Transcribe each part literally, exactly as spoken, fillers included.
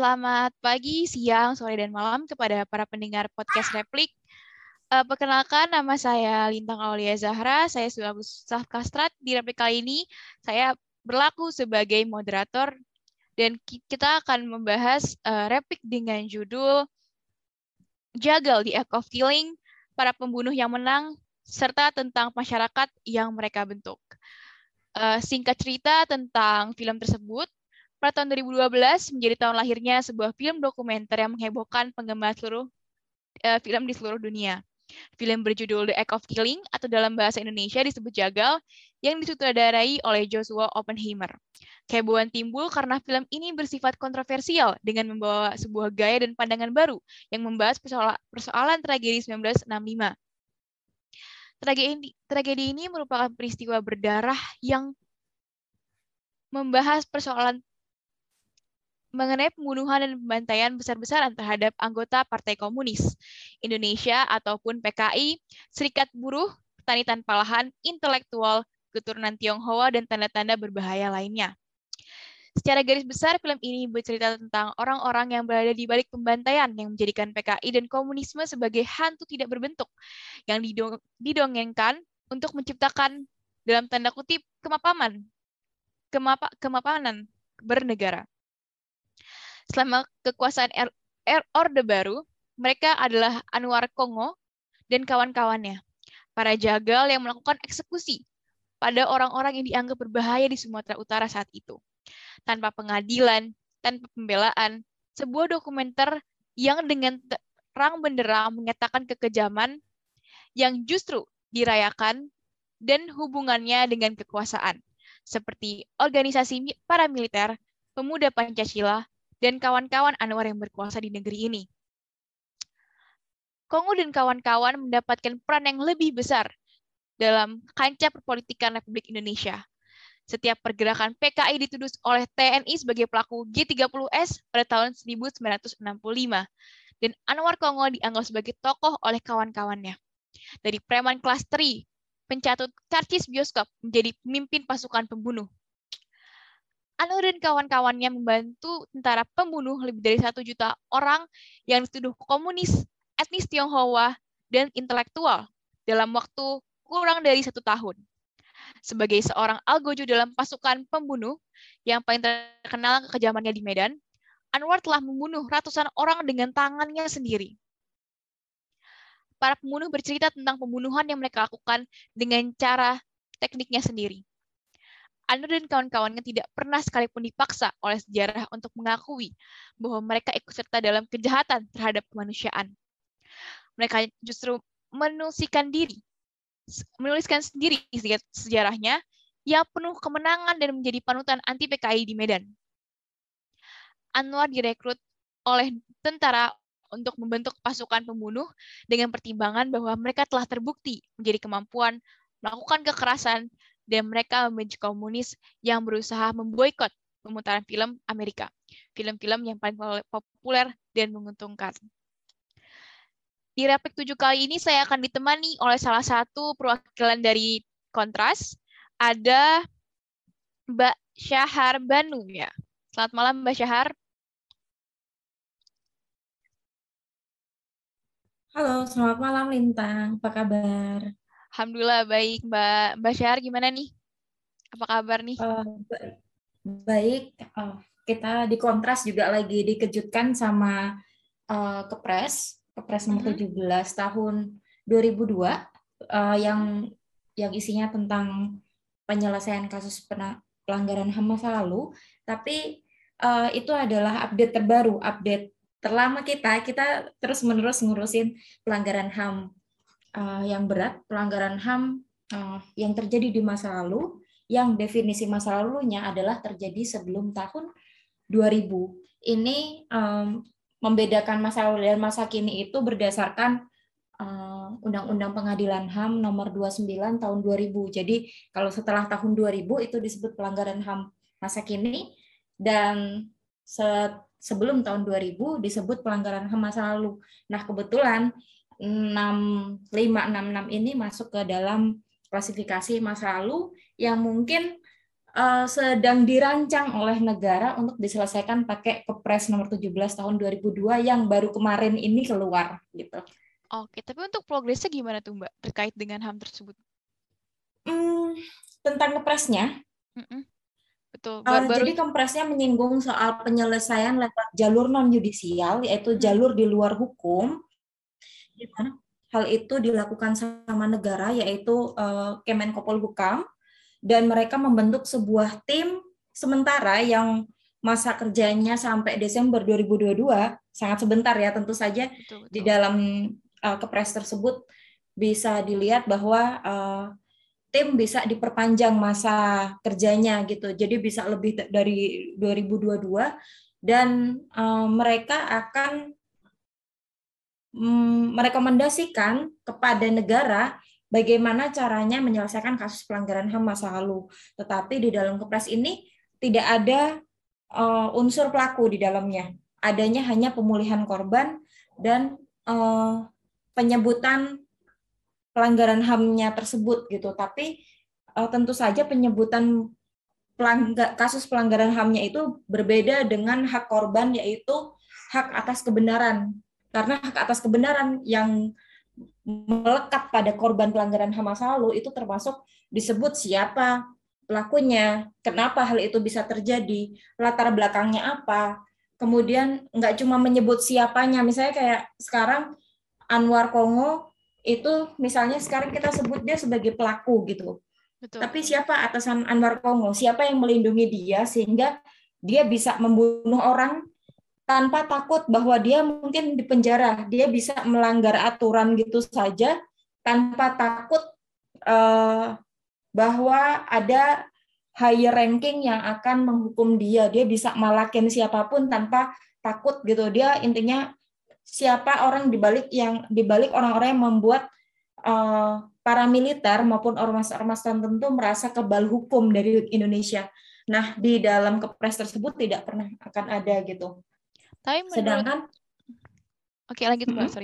selamat pagi, siang, sore, dan malam kepada para pendengar podcast Replik. Uh, perkenalkan, nama saya Lintang Aulia Zahra. Saya sebagai staff Kastrat. Di Replik kali ini, saya berlaku sebagai moderator dan kita akan membahas uh, Replik dengan judul Jagal the Act of Killing, para pembunuh yang menang, serta tentang masyarakat yang mereka bentuk. Uh, singkat cerita tentang film tersebut, pada tahun dua ribu dua belas menjadi tahun lahirnya sebuah film dokumenter yang menghebohkan penggemar seluruh uh, film di seluruh dunia. Film berjudul The Act of Killing atau dalam bahasa Indonesia disebut Jagal yang disutradarai oleh Joshua Oppenheimer. Kehebohan timbul karena film ini bersifat kontroversial dengan membawa sebuah gaya dan pandangan baru yang membahas persoalan, persoalan tragedi seribu sembilan ratus enam puluh lima. Tragedi, tragedi ini merupakan peristiwa berdarah yang membahas persoalan mengenai pembunuhan dan pembantaian besar-besaran terhadap anggota Partai Komunis Indonesia ataupun P K I, Serikat Buruh, Petani Tanpa Lahan, Intelektual, Keturunan Tionghoa, dan tanda-tanda berbahaya lainnya. Secara garis besar, film ini bercerita tentang orang-orang yang berada di balik pembantaian yang menjadikan P K I dan komunisme sebagai hantu tidak berbentuk yang didongengkan untuk menciptakan dalam tanda kutip kemapanan, kemapa, kemapanan bernegara. Selama kekuasaan er, er, Orde Baru, mereka adalah Anwar Kongo dan kawan-kawannya, para jagal yang melakukan eksekusi pada orang-orang yang dianggap berbahaya di Sumatera Utara saat itu. Tanpa pengadilan, tanpa pembelaan, sebuah dokumenter yang dengan terang benderang menyatakan kekejaman yang justru dirayakan dan hubungannya dengan kekuasaan, seperti organisasi paramiliter, pemuda Pancasila, dan kawan-kawan Anwar yang berkuasa di negeri ini. Kongo dan kawan-kawan mendapatkan peran yang lebih besar dalam kancah perpolitikan Republik Indonesia. Setiap pergerakan P K I dituduh oleh T N I sebagai pelaku G tiga puluh S pada tahun seribu sembilan ratus enam puluh lima, dan Anwar Kongo dianggap sebagai tokoh oleh kawan-kawannya. Dari preman kelas tri, pencatut karcis bioskop, menjadi pemimpin pasukan pembunuh. Anwar dan kawan-kawannya membantu tentara pembunuh lebih dari satu juta orang yang dituduh komunis, etnis Tionghoa, dan intelektual dalam waktu kurang dari satu tahun. Sebagai seorang algojo dalam pasukan pembunuh yang paling terkenal kekejamannya di Medan, Anwar telah membunuh ratusan orang dengan tangannya sendiri. Para pembunuh bercerita tentang pembunuhan yang mereka lakukan dengan cara tekniknya sendiri. Anwar dan kawan-kawannya tidak pernah sekalipun dipaksa oleh sejarah untuk mengakui bahwa mereka ikut serta dalam kejahatan terhadap kemanusiaan. Mereka justru menuliskan diri, menuliskan sendiri sejarahnya yang penuh kemenangan dan menjadi panutan anti P K I di Medan. Anwar direkrut oleh tentara untuk membentuk pasukan pembunuh dengan pertimbangan bahwa mereka telah terbukti menjadi kemampuan melakukan kekerasan dan mereka membenci komunis yang berusaha memboikot pemutaran film Amerika, film-film yang paling populer dan menguntungkan. Di Replik tujuh kali ini saya akan ditemani oleh salah satu perwakilan dari Kontras, ada Mbak Syahar Banu ya. Selamat malam Mbak Syahar. Halo, selamat malam Lintang. Apa kabar? Alhamdulillah baik Mbak. Mbak Syahar gimana nih? Apa kabar nih? Uh, baik, uh, kita di Kontras juga lagi dikejutkan sama uh, Kepres, Kepres nomor tujuh belas tahun dua ribu dua uh, yang yang isinya tentang penyelesaian kasus pelanggaran H A M masa lalu, tapi uh, itu adalah update terbaru, update terlama kita, kita terus-menerus ngurusin pelanggaran H A M uh, yang berat, pelanggaran H A M uh, yang terjadi di masa lalu, yang definisi masa lalunya adalah terjadi sebelum tahun dua ribu. Ini um, membedakan masa lalu dan masa kini itu berdasarkan uh, Undang-Undang Pengadilan H A M nomor dua puluh sembilan tahun dua ribu. Jadi kalau setelah tahun dua ribu itu disebut pelanggaran H A M masa kini, dan se- sebelum tahun dua ribu disebut pelanggaran H A M masa lalu. Nah, kebetulan enam lima enam enam ini masuk ke dalam klasifikasi masa lalu yang mungkin uh, sedang dirancang oleh negara untuk diselesaikan pakai Kepres nomor tujuh belas tahun dua ribu dua yang baru kemarin ini keluar gitu. Oke, tapi untuk progresnya gimana tuh Mbak terkait dengan H A M tersebut? Hmm, tentang Kepresnya, Mm-mm. Betul. uh, Baru-baru jadi Kepresnya menyinggung soal penyelesaian lewat jalur non yudisial, yaitu hmm. jalur di luar hukum, di mana hal itu dilakukan sama negara, yaitu uh, Kemenko Polhukam, dan mereka membentuk sebuah tim sementara yang masa kerjanya sampai Desember dua ribu dua puluh dua, sangat sebentar ya, tentu saja betul, betul. di dalam uh, Kepres tersebut bisa dilihat bahwa uh, tim bisa diperpanjang masa kerjanya gitu. Jadi bisa lebih dari dua ribu dua puluh dua dan uh, mereka akan mm, merekomendasikan kepada negara bagaimana caranya menyelesaikan kasus pelanggaran H A M masa lalu. Tetapi di dalam Kepres ini tidak ada uh, unsur pelaku di dalamnya. Adanya hanya pemulihan korban dan uh, penyebutan pelanggaran H A M-nya tersebut gitu. Tapi uh, tentu saja penyebutan pelangga, kasus pelanggaran H A M-nya itu berbeda dengan hak korban, yaitu hak atas kebenaran. Karena hak atas kebenaran yang melekat pada korban pelanggaran H A M masa lalu itu termasuk disebut siapa pelakunya, kenapa hal itu bisa terjadi, latar belakangnya apa. Kemudian nggak cuma menyebut siapanya, misalnya kayak sekarang Anwar Kongo itu misalnya sekarang kita sebut dia sebagai pelaku gitu. Betul, Tapi betul. siapa atasan Anwar Kongo? Siapa yang melindungi dia sehingga dia bisa membunuh orang tanpa takut bahwa dia mungkin di penjara, dia bisa melanggar aturan gitu saja tanpa takut uh, bahwa ada higher ranking yang akan menghukum dia. Dia bisa malakin siapapun tanpa takut gitu. Dia intinya siapa orang dibalik yang dibalik orang-orang yang membuat uh, para militer maupun ormas-ormas tertentu merasa kebal hukum dari Indonesia. Nah, di dalam Kepres tersebut tidak pernah akan ada gitu. Tapi menurut... Sedangkan, oke lanjut Mbak, hmm? sorry.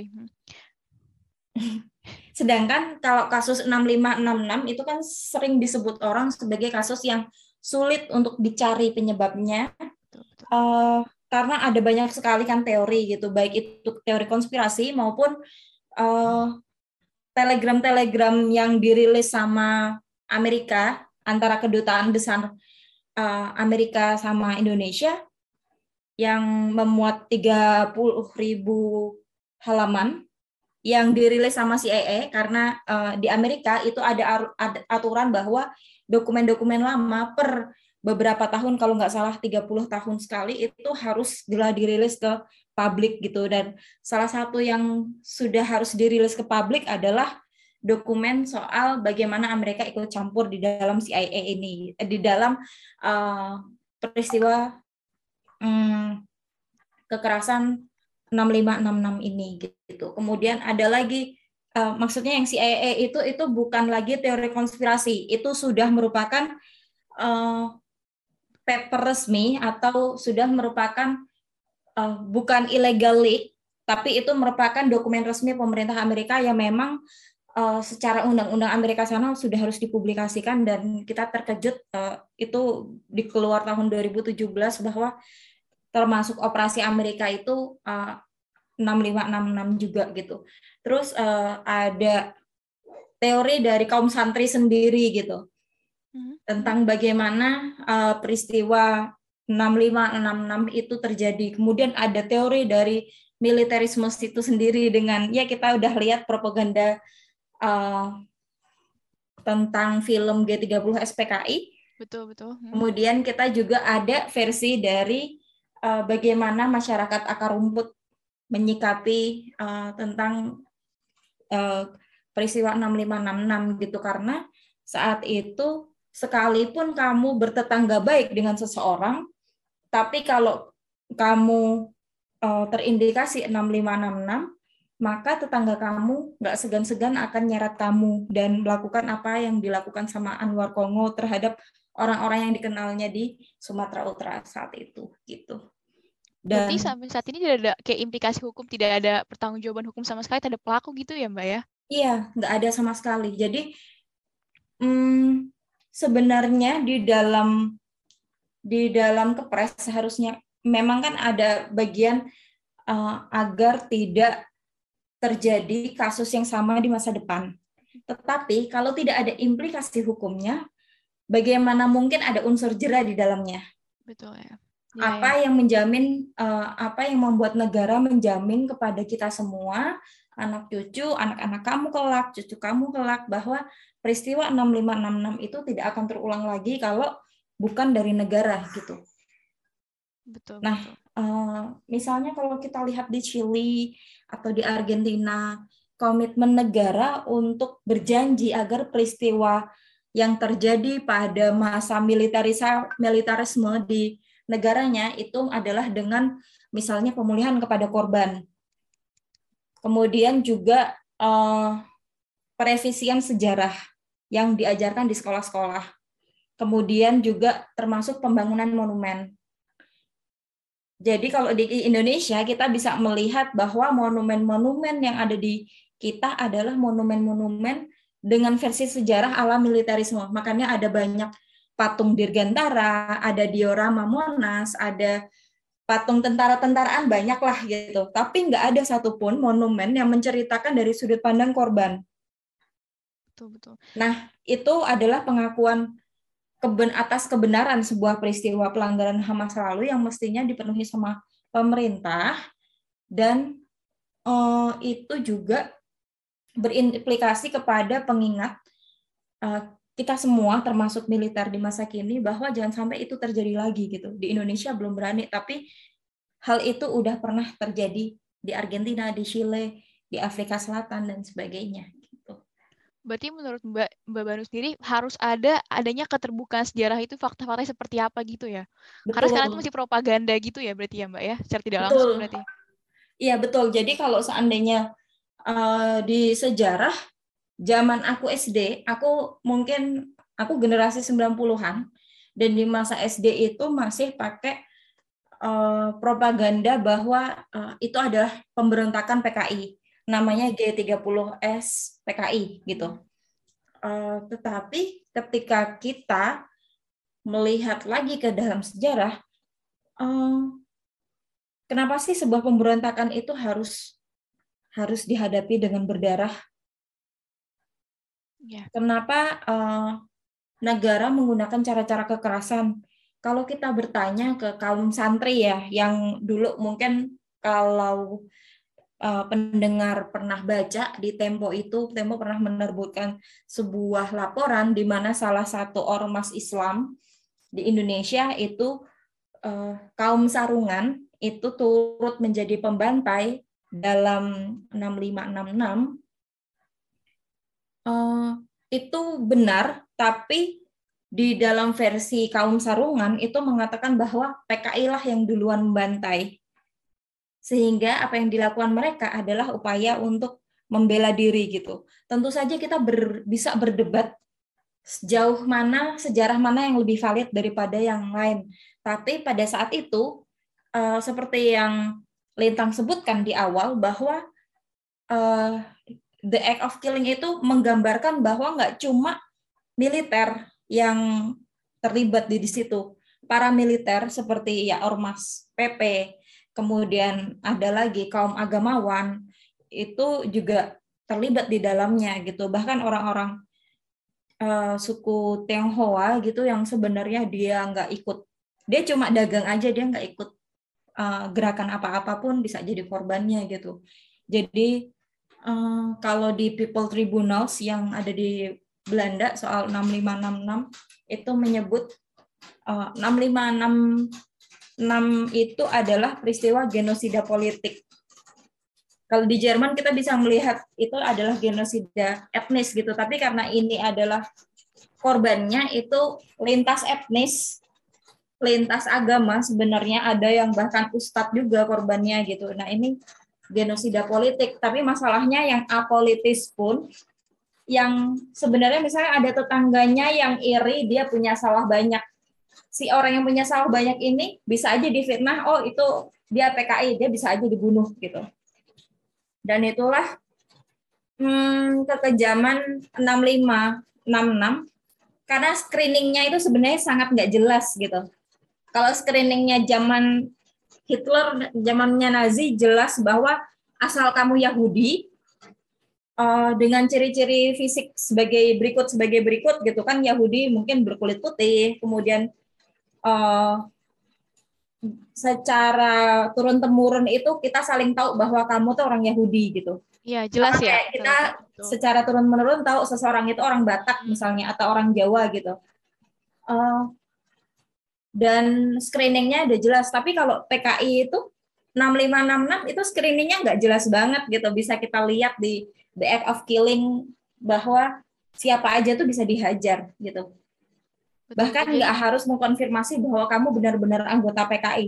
Sedangkan kalau kasus enam lima enam enam itu kan sering disebut orang sebagai kasus yang sulit untuk dicari penyebabnya, betul, betul. Uh, karena ada banyak sekali kan teori gitu, baik itu teori konspirasi maupun uh, telegram-telegram yang dirilis sama Amerika antara kedutaan besar uh, Amerika sama Indonesia yang memuat tiga puluh ribu halaman yang dirilis sama C I A karena uh, di Amerika itu ada, ada aturan bahwa dokumen-dokumen lama per beberapa tahun, kalau nggak salah tiga puluh tahun sekali, itu harus dirilis ke publik gitu. Dan salah satu yang sudah harus dirilis ke publik adalah dokumen soal bagaimana Amerika ikut campur di dalam C I A ini, di dalam uh, peristiwa um, kekerasan enam lima enam enam ini gitu. Kemudian ada lagi uh, maksudnya yang C I A itu itu bukan lagi teori konspirasi, itu sudah merupakan uh, paper resmi atau sudah merupakan uh, bukan illegal leak, tapi itu merupakan dokumen resmi pemerintah Amerika yang memang uh, secara undang-undang Amerika sana sudah harus dipublikasikan, dan kita terkejut uh, itu dikeluar tahun dua ribu tujuh belas bahwa termasuk operasi Amerika itu uh, enam lima enam enam juga gitu. Terus uh, ada teori dari kaum santri sendiri gitu hmm. tentang bagaimana uh, peristiwa enam lima enam enam itu terjadi. Kemudian ada teori dari militerisme itu sendiri dengan ya kita udah lihat propaganda uh, tentang film G tiga puluh S P K I. Betul betul. Hmm. Kemudian kita juga ada versi dari uh, bagaimana masyarakat akar rumput menyikapi uh, tentang uh, peristiwa enam lima enam enam gitu, karena saat itu sekalipun kamu bertetangga baik dengan seseorang, tapi kalau kamu uh, terindikasi enam lima enam enam, maka tetangga kamu nggak segan-segan akan nyeret kamu dan melakukan apa yang dilakukan sama Anwar Kongo terhadap orang-orang yang dikenalnya di Sumatera Utara saat itu gitu. Dan berarti sampai saat ini tidak ada kayak implikasi hukum, tidak ada pertanggungjawaban hukum sama sekali terhadap pelaku gitu ya Mbak ya? Iya, nggak ada sama sekali. Jadi hmm, sebenarnya di dalam di dalam Kepres seharusnya memang kan ada bagian uh, agar tidak terjadi kasus yang sama di masa depan. Tetapi kalau tidak ada implikasi hukumnya, bagaimana mungkin ada unsur jera di dalamnya? Betul ya. Ya, apa ya. yang menjamin, uh, apa yang membuat negara menjamin kepada kita semua, anak cucu, anak-anak kamu kelak, cucu kamu kelak, bahwa peristiwa enam lima enam enam itu tidak akan terulang lagi kalau bukan dari negara gitu. Betul, nah, betul. Uh, misalnya kalau kita lihat di Chili atau di Argentina, komitmen negara untuk berjanji agar peristiwa yang terjadi pada masa militerisme militarisme di negaranya itu adalah dengan misalnya pemulihan kepada korban. Kemudian juga uh, perevisian sejarah yang diajarkan di sekolah-sekolah. Kemudian juga termasuk pembangunan monumen. Jadi kalau di Indonesia kita bisa melihat bahwa monumen-monumen yang ada di kita adalah monumen-monumen dengan versi sejarah ala militerisme. Makanya ada banyak patung Dirgantara, ada diorama Monas, ada patung tentara-tentaraan, banyak lah gitu. Tapi nggak ada satupun monumen yang menceritakan dari sudut pandang korban. Betul, betul. Nah, itu adalah pengakuan keben atas kebenaran sebuah peristiwa pelanggaran H A M masa lalu yang mestinya dipenuhi sama pemerintah, dan uh, itu juga berimplikasi kepada pengingat uh, kita semua termasuk militer di masa kini bahwa jangan sampai itu terjadi lagi gitu. Di Indonesia belum berani, tapi hal itu udah pernah terjadi di Argentina, di Chile, di Afrika Selatan dan sebagainya gitu. Berarti menurut Mbak Mbak Banu sendiri harus ada adanya keterbukaan sejarah itu fakta-faktanya seperti apa gitu ya? Betul. Karena sekarang itu masih propaganda gitu ya berarti ya Mbak ya, secara tidak betul. langsung berarti. Iya betul. Jadi kalau seandainya uh, di sejarah zaman aku S D, aku mungkin aku generasi sembilan puluhan, dan di masa S D itu masih pakai uh, propaganda bahwa uh, itu adalah pemberontakan P K I, namanya G tiga puluh S P K I gitu. Uh, tetapi ketika kita melihat lagi ke dalam sejarah, uh, kenapa sih sebuah pemberontakan itu harus harus dihadapi dengan berdarah? Yeah. Kenapa uh, negara menggunakan cara-cara kekerasan? Kalau kita bertanya ke kaum santri ya, yang dulu mungkin kalau uh, pendengar pernah baca di Tempo itu, Tempo pernah menerbitkan sebuah laporan di mana salah satu ormas Islam di Indonesia itu uh, kaum sarungan itu turut menjadi pembantai dalam enam lima enam enam. Uh, itu benar, tapi di dalam versi kaum sarungan itu mengatakan bahwa P K I lah yang duluan membantai. Sehingga apa yang dilakukan mereka adalah upaya untuk membela diri gitu. Tentu saja kita ber, bisa berdebat sejauh mana, sejarah mana yang lebih valid daripada yang lain. Tapi pada saat itu, uh, seperti yang Lintang sebutkan di awal, bahwa uh, the act of killing itu menggambarkan bahwa nggak cuma militer yang terlibat di situ, para militer seperti ya ormas P P, kemudian ada lagi kaum agamawan itu juga terlibat di dalamnya gitu. Bahkan orang-orang uh, suku Tionghoa gitu yang sebenarnya dia nggak ikut, dia cuma dagang aja, dia nggak ikut uh, gerakan apa-apa pun bisa jadi korbannya gitu. Jadi uh, kalau di People Tribunals yang ada di Belanda soal enam lima enam enam itu menyebut uh, enam lima enam enam itu adalah peristiwa genosida politik. Kalau di Jerman kita bisa melihat itu adalah genosida etnis gitu, tapi karena ini adalah korbannya itu lintas etnis, lintas agama, sebenarnya ada yang bahkan ustadz juga korbannya gitu. Nah ini genosida politik, tapi masalahnya yang apolitis pun, yang sebenarnya misalnya ada tetangganya yang iri, dia punya sawah banyak. Si orang yang punya sawah banyak ini bisa aja difitnah, oh itu dia P K I, dia bisa aja dibunuh gitu. Dan itulah hmm, kekejaman enam lima enam enam karena screeningnya itu sebenarnya sangat nggak jelas gitu. Kalau screeningnya zaman Hitler, zamannya Nazi, jelas bahwa asal kamu Yahudi, uh, dengan ciri-ciri fisik sebagai berikut sebagai berikut gitu kan, Yahudi mungkin berkulit putih, kemudian uh, secara turun temurun itu kita saling tahu bahwa kamu tuh orang Yahudi gitu. Iya, jelas Sama ya. kayak kita Betul. secara turun menurun tahu seseorang itu orang Batak Hmm. misalnya atau orang Jawa gitu. Uh, dan screeningnya udah jelas. Tapi kalau P K I itu enam lima enam enam itu screeningnya nggak jelas banget gitu. Bisa kita lihat di The Act of Killing bahwa siapa aja tuh bisa dihajar gitu. Betul, Bahkan jadi nggak harus mengkonfirmasi bahwa kamu benar-benar anggota P K I.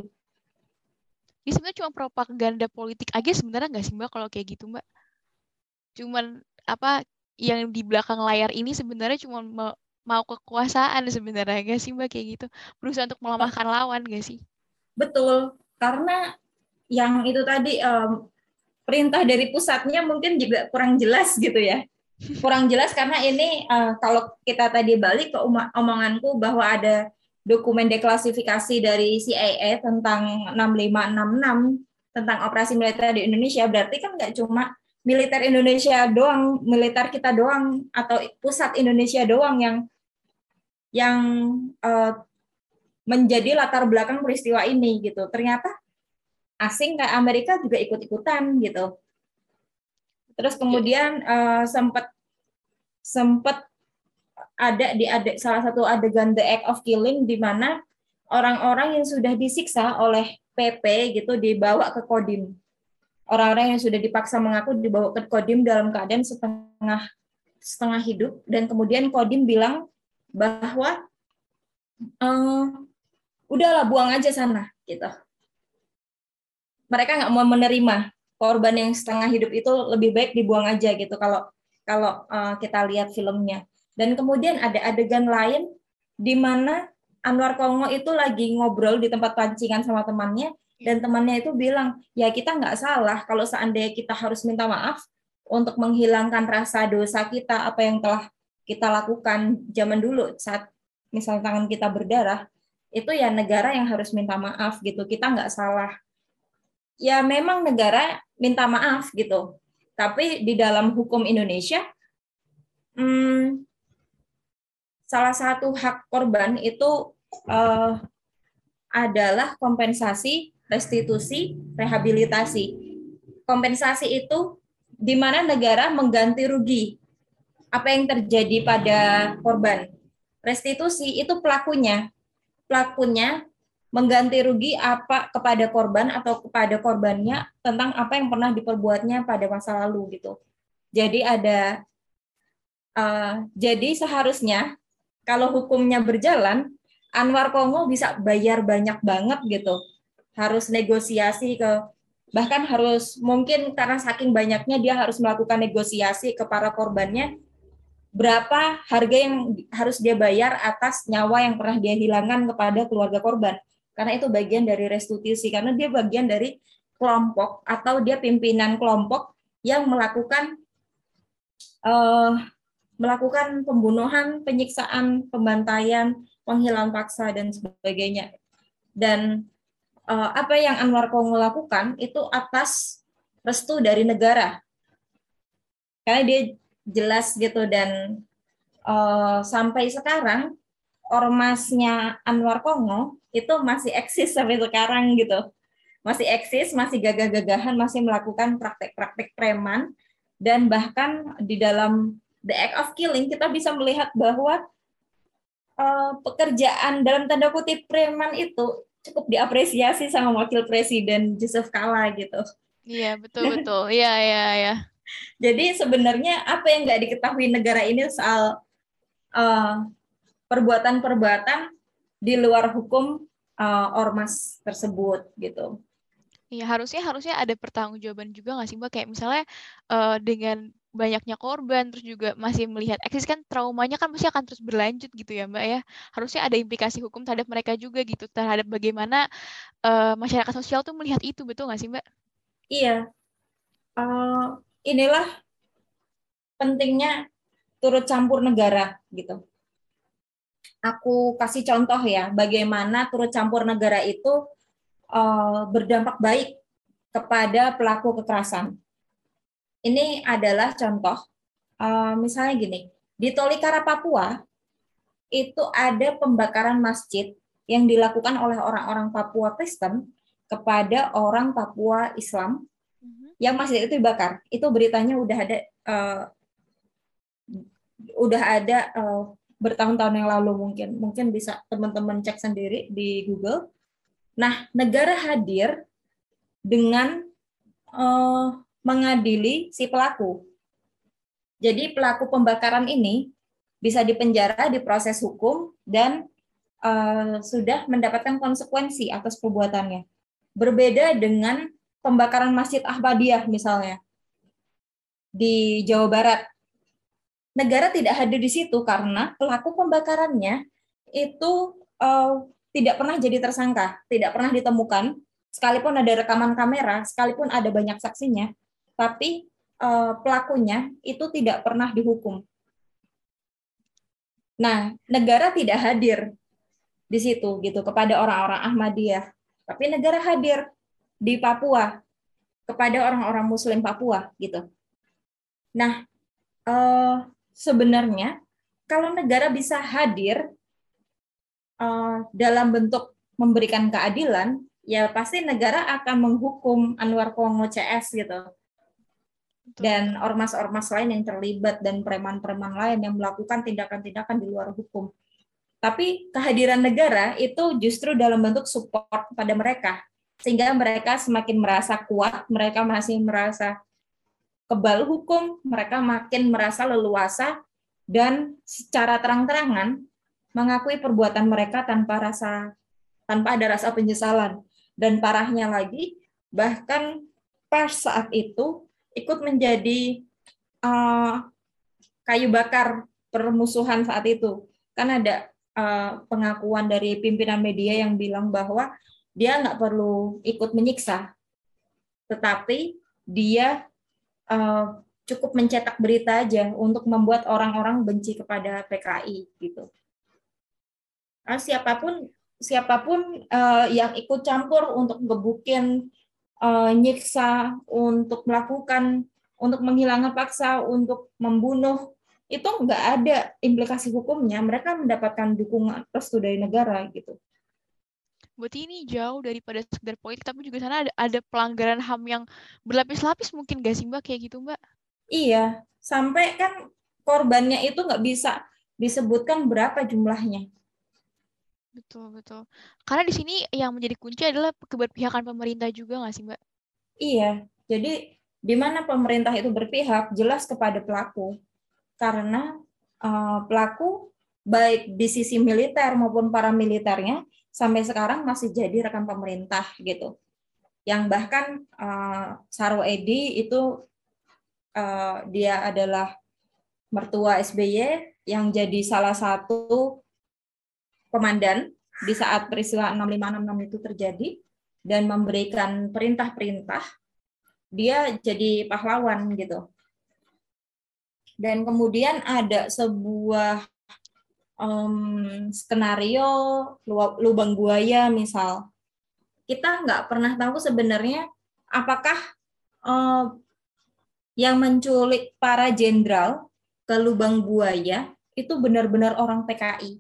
ini sebenarnya cuma propaganda politik aja sebenarnya nggak sih Mbak kalau kayak gitu Mbak? Cuman apa yang di belakang layar ini sebenarnya cuma mau, mau kekuasaan sebenarnya nggak sih Mbak kayak gitu? Berusaha untuk melemahkan lawan nggak sih? Betul, karena yang itu tadi um, perintah dari pusatnya mungkin juga kurang jelas gitu ya. Kurang jelas karena ini uh, kalau kita tadi balik ke omonganku bahwa ada dokumen deklasifikasi dari C I A tentang enam lima enam enam tentang operasi militer di Indonesia, berarti kan nggak cuma militer Indonesia doang, militer kita doang atau pusat Indonesia doang yang yang uh, menjadi latar belakang peristiwa ini gitu. Ternyata asing kayak Amerika juga ikut-ikutan gitu. Terus kemudian uh, sempat sempat ada di ade, salah satu adegan The Act of Killing di mana orang-orang yang sudah disiksa oleh P P gitu dibawa ke Kodim. Orang-orang yang sudah dipaksa mengaku dibawa ke Kodim dalam keadaan setengah setengah hidup dan kemudian Kodim bilang bahwa ehm, udahlah buang aja sana gitu. Mereka nggak mau menerima korban yang setengah hidup itu, lebih baik dibuang aja gitu kalau kalau uh, kita lihat filmnya. Dan kemudian ada adegan lain di mana Anwar Kongo itu lagi ngobrol di tempat pancingan sama temannya dan temannya itu bilang, ya kita nggak salah kalau seandainya kita harus minta maaf untuk menghilangkan rasa dosa kita, apa yang telah kita lakukan zaman dulu saat misalnya tangan kita berdarah, itu ya negara yang harus minta maaf gitu, kita nggak salah. Ya memang negara minta maaf gitu. Tapi di dalam hukum Indonesia, hmm, salah satu hak korban itu uh, adalah kompensasi, restitusi, rehabilitasi. Kompensasi itu di mana negara mengganti rugi apa yang terjadi pada korban. Restitusi itu pelakunya, pelakunya mengganti rugi apa kepada korban atau kepada korbannya tentang apa yang pernah diperbuatnya pada masa lalu gitu. Jadi ada uh, jadi seharusnya kalau hukumnya berjalan, Anwar Kongo bisa bayar banyak banget gitu. Harus negosiasi ke bahkan harus mungkin karena saking banyaknya dia harus melakukan negosiasi ke para korbannya berapa harga yang harus dia bayar atas nyawa yang pernah dia hilangkan kepada keluarga korban. Karena itu bagian dari restitusi, karena dia bagian dari kelompok atau dia pimpinan kelompok yang melakukan uh, melakukan pembunuhan, penyiksaan, pembantaian, penghilangan paksa dan sebagainya. Dan uh, apa yang Anwar Kongo lakukan itu atas restu dari negara. Karena dia jelas gitu dan uh, sampai sekarang ormasnya Anwar Kongo itu masih eksis sampai sekarang gitu. Masih eksis, masih gagah-gagahan, masih melakukan praktek-praktek preman dan bahkan di dalam The Act of Killing kita bisa melihat bahwa uh, pekerjaan dalam tanda kutip preman itu cukup diapresiasi sama Wakil Presiden Yusuf Kala gitu. Iya, betul-betul. Iya, iya, iya. Jadi sebenarnya apa yang nggak diketahui negara ini soal uh, perbuatan-perbuatan di luar hukum uh, ormas tersebut gitu. Iya, harusnya harusnya ada pertanggungjawaban juga nggak sih Mbak? Kayak misalnya uh, dengan banyaknya korban, terus juga masih melihat eksis kan traumanya kan pasti akan terus berlanjut gitu ya Mbak ya. Harusnya ada implikasi hukum terhadap mereka juga gitu, terhadap bagaimana uh, masyarakat sosial tuh melihat itu, betul nggak sih Mbak? Iya, uh, inilah pentingnya turut campur negara gitu. aku kasih contoh ya, bagaimana turut campur negara itu uh, berdampak baik kepada pelaku kekerasan. Ini adalah contoh, uh, misalnya gini, di Tolikara, Papua, itu ada pembakaran masjid yang dilakukan oleh orang-orang Papua Kristen kepada orang Papua Islam, yang masjid itu dibakar. Itu beritanya udah ada, uh, udah ada uh, bertahun-tahun yang lalu mungkin. Mungkin bisa teman-teman cek sendiri di Google. Nah, negara hadir dengan uh, mengadili si pelaku. Jadi pelaku pembakaran ini bisa dipenjara, diproses hukum, dan uh, sudah mendapatkan konsekuensi atas perbuatannya. Berbeda dengan pembakaran Masjid Ahmadiyah misalnya di Jawa Barat. Negara tidak hadir di situ karena pelaku pembakarannya itu uh, tidak pernah jadi tersangka, tidak pernah ditemukan, sekalipun ada rekaman kamera, sekalipun ada banyak saksinya, tapi uh, pelakunya itu tidak pernah dihukum. Nah, negara tidak hadir di situ gitu kepada orang-orang Ahmadiyah, tapi negara hadir di Papua kepada orang-orang Muslim Papua gitu. Nah, uh, sebenarnya kalau negara bisa hadir uh, dalam bentuk memberikan keadilan, ya pasti negara akan menghukum Anwar Kongo C S gitu. Dan ormas-ormas lain yang terlibat dan preman-preman lain yang melakukan tindakan-tindakan di luar hukum. Tapi kehadiran negara itu justru dalam bentuk support pada mereka, sehingga mereka semakin merasa kuat, mereka masih merasa kebal hukum, mereka makin merasa leluasa dan secara terang-terangan mengakui perbuatan mereka tanpa rasa tanpa ada rasa penyesalan. Dan parahnya lagi, bahkan pers saat itu ikut menjadi uh, kayu bakar permusuhan saat itu. Kan ada uh, pengakuan dari pimpinan media yang bilang bahwa dia nggak perlu ikut menyiksa, tetapi dia Uh, cukup mencetak berita aja untuk membuat orang-orang benci kepada P K I gitu. Nah, siapapun siapapun uh, yang ikut campur untuk gebukin, uh, nyiksa, untuk melakukan, untuk menghilangkan paksa, untuk membunuh, itu nggak ada implikasi hukumnya. Mereka mendapatkan dukungan restu dari negara gitu. Berarti ini jauh daripada sekedar politik, tapi juga sana ada, ada pelanggaran H A M yang berlapis-lapis mungkin gak sih Mbak, kayak gitu Mbak? Iya, sampai kan korbannya itu nggak bisa disebutkan berapa jumlahnya. Betul, betul. Karena di sini yang menjadi kunci adalah keberpihakan pemerintah juga nggak sih Mbak? Iya, jadi di mana pemerintah itu berpihak jelas kepada pelaku. Karena uh, pelaku baik di sisi militer maupun paramiliternya sampai sekarang masih jadi rekan pemerintah gitu. Yang bahkan uh, Sarwo Edi itu uh, dia adalah mertua S B Y yang jadi salah satu komandan di saat peristiwa enam lima enam enam itu terjadi dan memberikan perintah-perintah, dia jadi pahlawan gitu. Dan kemudian ada sebuah Um, skenario lubang buaya misal, kita nggak pernah tahu sebenarnya apakah uh, yang menculik para jenderal ke lubang buaya itu benar-benar orang P K I.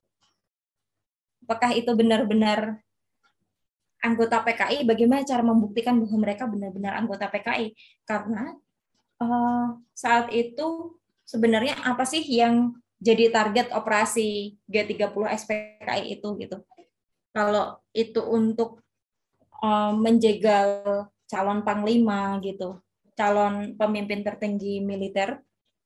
Apakah itu benar-benar anggota P K I? Bagaimana cara membuktikan bahwa mereka benar-benar anggota P K I? Karena uh, saat itu sebenarnya apa sih yang jadi target operasi G tiga puluh S P K I itu gitu. Kalau itu untuk um, menjegal calon panglima gitu, calon pemimpin tertinggi militer,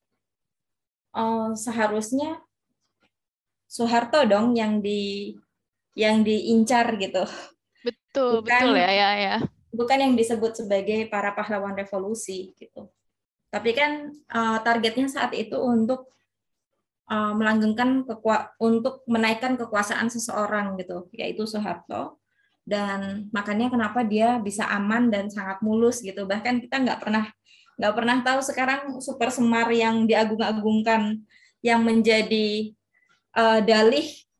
um, seharusnya Soeharto dong yang di yang diincar gitu. Betul, bukan, betul ya, ya, ya. Bukan yang disebut sebagai para pahlawan revolusi gitu. Tapi kan uh, targetnya saat itu untuk Uh, melanggengkan kekua- untuk menaikkan kekuasaan seseorang gitu, yaitu Soeharto. Dan makanya kenapa dia bisa aman dan sangat mulus gitu. Bahkan kita nggak pernah nggak pernah tahu sekarang Super Semar yang diagung-agungkan, yang menjadi uh, dalih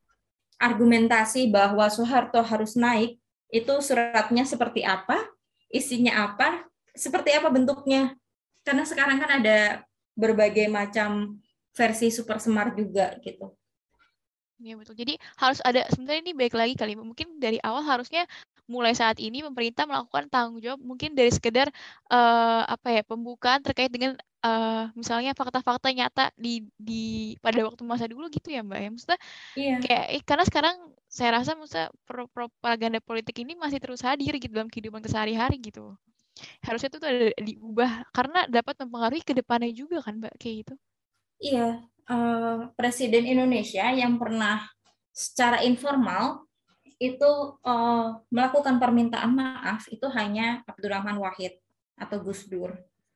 argumentasi bahwa Soeharto harus naik, itu suratnya seperti apa, isinya apa, seperti apa bentuknya. Karena sekarang kan ada berbagai macam versi Super Semar juga gitu. Iya betul. Jadi harus ada, sebenarnya ini baik lagi kali, mungkin dari awal harusnya mulai saat ini pemerintah melakukan tanggung jawab mungkin dari sekedar uh, apa ya pembukaan terkait dengan uh, misalnya fakta-fakta nyata di di pada waktu masa dulu gitu ya Mbak ya. Maksudnya Iya. kayak eh, karena sekarang saya rasa maksudnya pro- propaganda politik ini masih terus hadir gitu dalam kehidupan sehari-hari gitu. Harusnya itu tuh ada diubah karena dapat mempengaruhi ke depannya juga kan Mbak kayak gitu. Iya, uh, Presiden Indonesia yang pernah secara informal itu uh, melakukan permintaan maaf itu hanya Abdurrahman Wahid atau Gus Dur.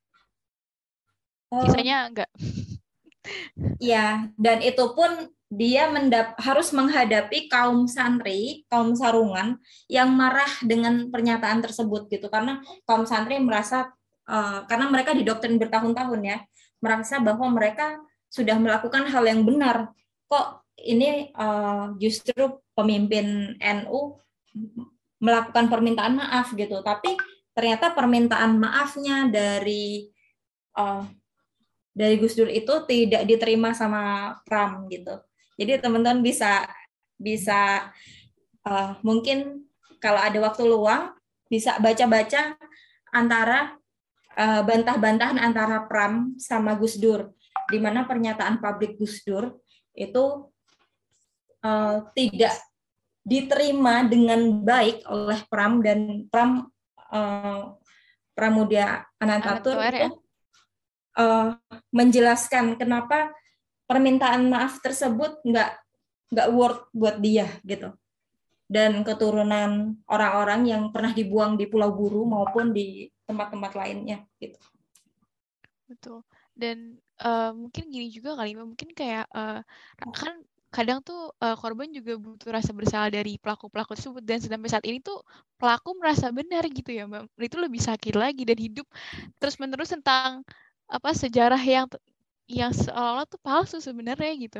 Uh, Sisanya enggak. Iya, dan itu pun dia mendap harus menghadapi kaum santri, kaum sarungan yang marah dengan pernyataan tersebut gitu karena kaum santri merasa uh, karena mereka didoktrin bertahun-tahun ya, merasa bahwa mereka sudah melakukan hal yang benar. Kok ini uh, justru pemimpin N U melakukan permintaan maaf gitu. Tapi ternyata permintaan maafnya dari uh, dari Gus Dur itu tidak diterima sama Pram gitu. Jadi teman-teman bisa bisa uh, mungkin kalau ada waktu luang bisa baca-baca antara uh, bantah-bantahan antara Pram sama Gus Dur, di mana pernyataan publik Gus Dur itu uh, tidak diterima dengan baik oleh Pram dan Pram uh, Pramudia Anantatur Anantatur, itu ya. uh, menjelaskan kenapa permintaan maaf tersebut nggak nggak worth buat dia gitu, dan keturunan orang-orang yang pernah dibuang di Pulau Buru maupun di tempat-tempat lainnya gitu. Betul. Dan uh, mungkin gini juga kali, mungkin kayak uh, kan kadang tuh uh, korban juga butuh rasa bersalah dari pelaku-pelaku tersebut, dan sampai saat ini tuh pelaku merasa benar gitu ya Mbak. Itu lebih sakit lagi dan hidup terus-menerus tentang apa sejarah yang yang seolah-olah tuh palsu sebenarnya gitu.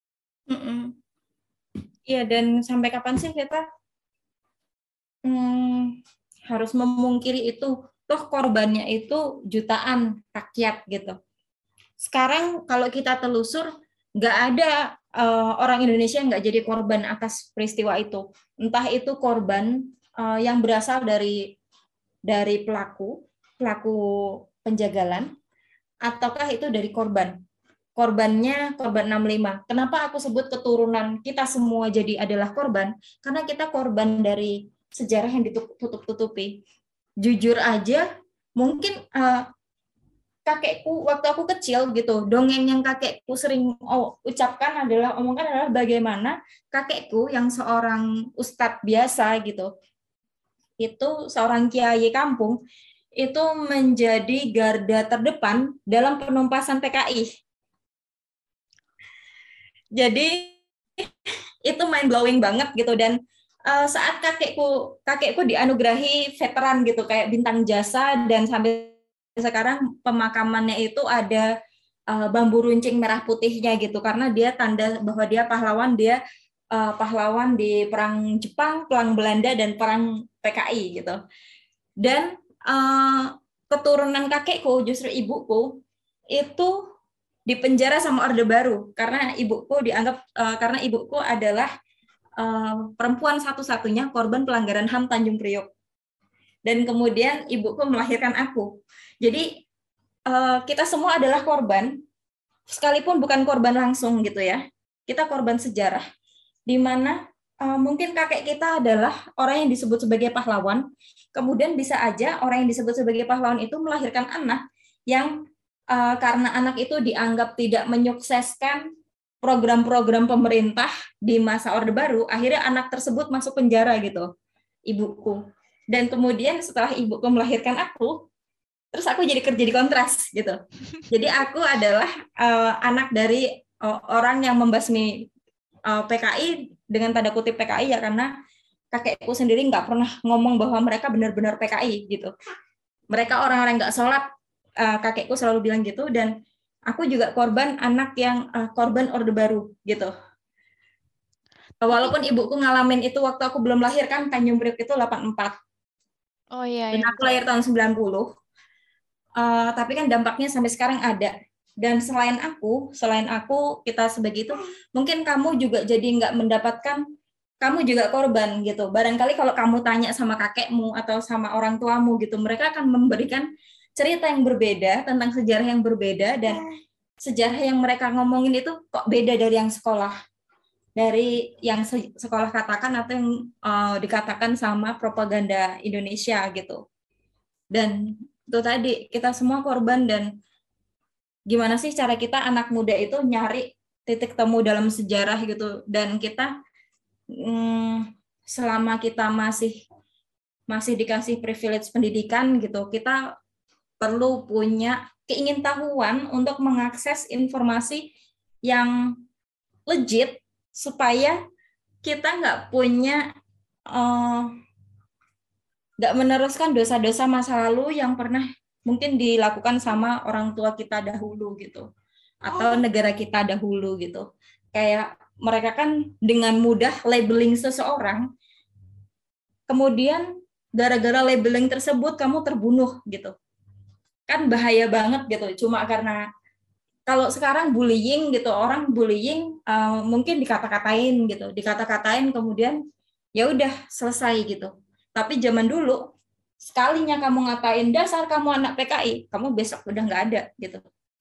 Iya, dan sampai kapan sih kita hmm, harus memungkiri itu? Toh korbannya itu jutaan rakyat gitu. Sekarang kalau kita telusur, nggak ada uh, orang Indonesia yang nggak jadi korban atas peristiwa itu. Entah itu korban uh, yang berasal dari dari pelaku, pelaku penjagalan, ataukah itu dari korban. Korbannya korban enam puluh lima. Kenapa aku sebut keturunan kita semua jadi adalah korban? Karena kita korban dari sejarah yang ditutup-tutupi. Jujur aja, mungkin uh, kakekku waktu aku kecil gitu, dongeng yang kakekku sering oh, ucapkan adalah omongkan adalah bagaimana kakekku yang seorang ustadz biasa gitu, itu seorang kiai kampung itu menjadi garda terdepan dalam penumpasan P K I. Jadi itu mind blowing banget gitu, dan uh, saat kakekku kakekku dianugerahi veteran gitu kayak bintang jasa, dan sampai sekarang pemakamannya itu ada uh, bambu runcing merah putihnya gitu karena dia tanda bahwa dia pahlawan, dia uh, pahlawan di perang Jepang, perang Belanda, dan perang P K I gitu. Dan uh, keturunan kakekku justru ibuku itu dipenjara sama Orde Baru karena ibuku dianggap uh, karena ibuku adalah uh, perempuan satu-satunya korban pelanggaran H A M Tanjung Priok. Dan kemudian ibuku melahirkan aku. Jadi uh, kita semua adalah korban, sekalipun bukan korban langsung gitu ya. Kita korban sejarah, di mana uh, mungkin kakek kita adalah orang yang disebut sebagai pahlawan. Kemudian bisa aja orang yang disebut sebagai pahlawan itu melahirkan anak yang uh, karena anak itu dianggap tidak menyukseskan program-program pemerintah di masa Orde Baru, akhirnya anak tersebut masuk penjara gitu, ibuku. Dan kemudian setelah ibuku melahirkan aku, terus aku jadi kerja di Kontras gitu. Jadi aku adalah uh, anak dari uh, orang yang membasmi uh, P K I dengan tanda kutip P K I ya, karena kakekku sendiri nggak pernah ngomong bahwa mereka benar-benar P K I gitu. Mereka orang-orang nggak sholat, uh, kakekku selalu bilang gitu, dan aku juga korban anak yang uh, korban Orde Baru gitu. Walaupun ibuku ngalamin itu waktu aku belum lahir kan, Tanjung Priok itu delapan puluh empat. Oh iya, Dan iya aku betul. lahir tahun sembilan puluh. Uh, tapi kan dampaknya sampai sekarang ada. Dan selain aku, selain aku, kita sebagai itu, mungkin kamu juga jadi nggak mendapatkan, kamu juga korban gitu. Barangkali kalau kamu tanya sama kakekmu atau sama orang tuamu gitu, mereka akan memberikan cerita yang berbeda tentang sejarah yang berbeda, dan sejarah yang mereka ngomongin itu kok beda dari yang sekolah. Dari yang sekolah katakan atau yang uh, dikatakan sama propaganda Indonesia gitu. Dan itu tadi, kita semua korban, dan gimana sih cara kita anak muda itu nyari titik temu dalam sejarah gitu. Dan kita hmm, selama kita masih masih dikasih privilege pendidikan gitu, kita perlu punya keingintahuan untuk mengakses informasi yang legit supaya kita nggak punya nggak uh, meneruskan dosa-dosa masa lalu yang pernah mungkin dilakukan sama orang tua kita dahulu gitu, atau negara kita dahulu gitu. Kayak mereka kan dengan mudah labeling seseorang, kemudian gara-gara labeling tersebut kamu terbunuh gitu. Kan bahaya banget gitu, cuma karena kalau sekarang bullying gitu, orang bullying uh, mungkin dikata-katain gitu, dikata-katain kemudian ya udah selesai gitu. Tapi zaman dulu sekalinya kamu ngatain dasar kamu anak P K I, kamu besok udah nggak ada gitu.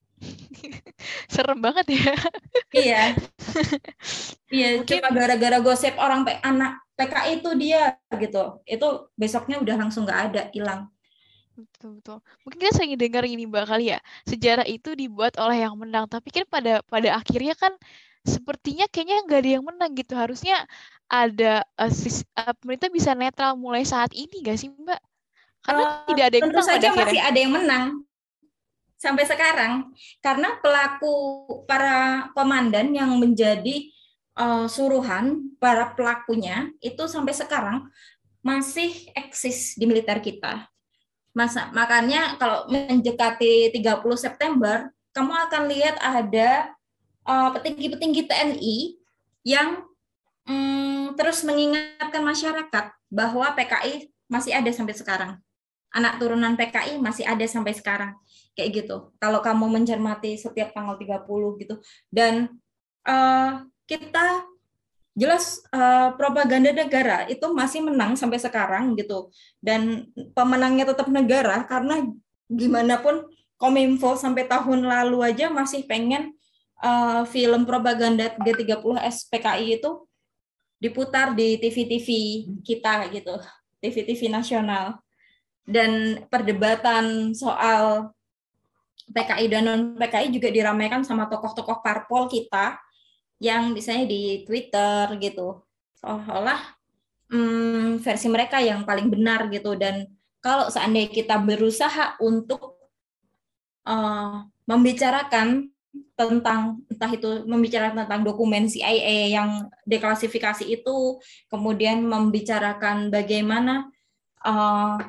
Serem banget ya. Iya. Iya, Mungkin cuma gara-gara gosip orang anak P K I itu dia gitu. Itu besoknya udah langsung nggak ada, hilang. betul betul. Mungkin kita sering dengar ini Mbak kali ya. Sejarah itu dibuat oleh yang menang, tapi kan pada pada akhirnya kan sepertinya kayaknya nggak ada yang menang gitu. Harusnya ada uh, sis, uh, pemerintah bisa netral mulai saat ini nggak sih Mbak? Karena Uh, tidak ada yang tentu menang pada saja akhirnya. masih ada yang menang sampai sekarang, karena pelaku para komandan yang menjadi uh, suruhan para pelakunya itu sampai sekarang masih eksis di militer kita. Masa, makanya kalau mendekati tiga puluh September, kamu akan lihat ada uh, petinggi-petinggi T N I yang um, terus mengingatkan masyarakat bahwa P K I masih ada sampai sekarang. Anak turunan P K I masih ada sampai sekarang. Kayak gitu. Kalau kamu mencermati setiap tanggal tiga puluh gitu. Dan uh, kita jelas uh, propaganda negara itu masih menang sampai sekarang gitu, dan pemenangnya tetap negara, karena gimana pun Kominfo sampai tahun lalu aja masih pengen uh, film propaganda G tiga puluh S P K I itu diputar di T V-T V kita gitu, T V-T V nasional. Dan perdebatan soal P K I dan non P K I juga diramaikan sama tokoh-tokoh parpol kita yang misalnya di Twitter gitu, seolah-olah hmm, versi mereka yang paling benar gitu. Dan kalau seandainya kita berusaha untuk uh, membicarakan tentang entah itu membicarakan tentang dokumen C I A yang deklasifikasi itu, kemudian membicarakan bagaimana uh,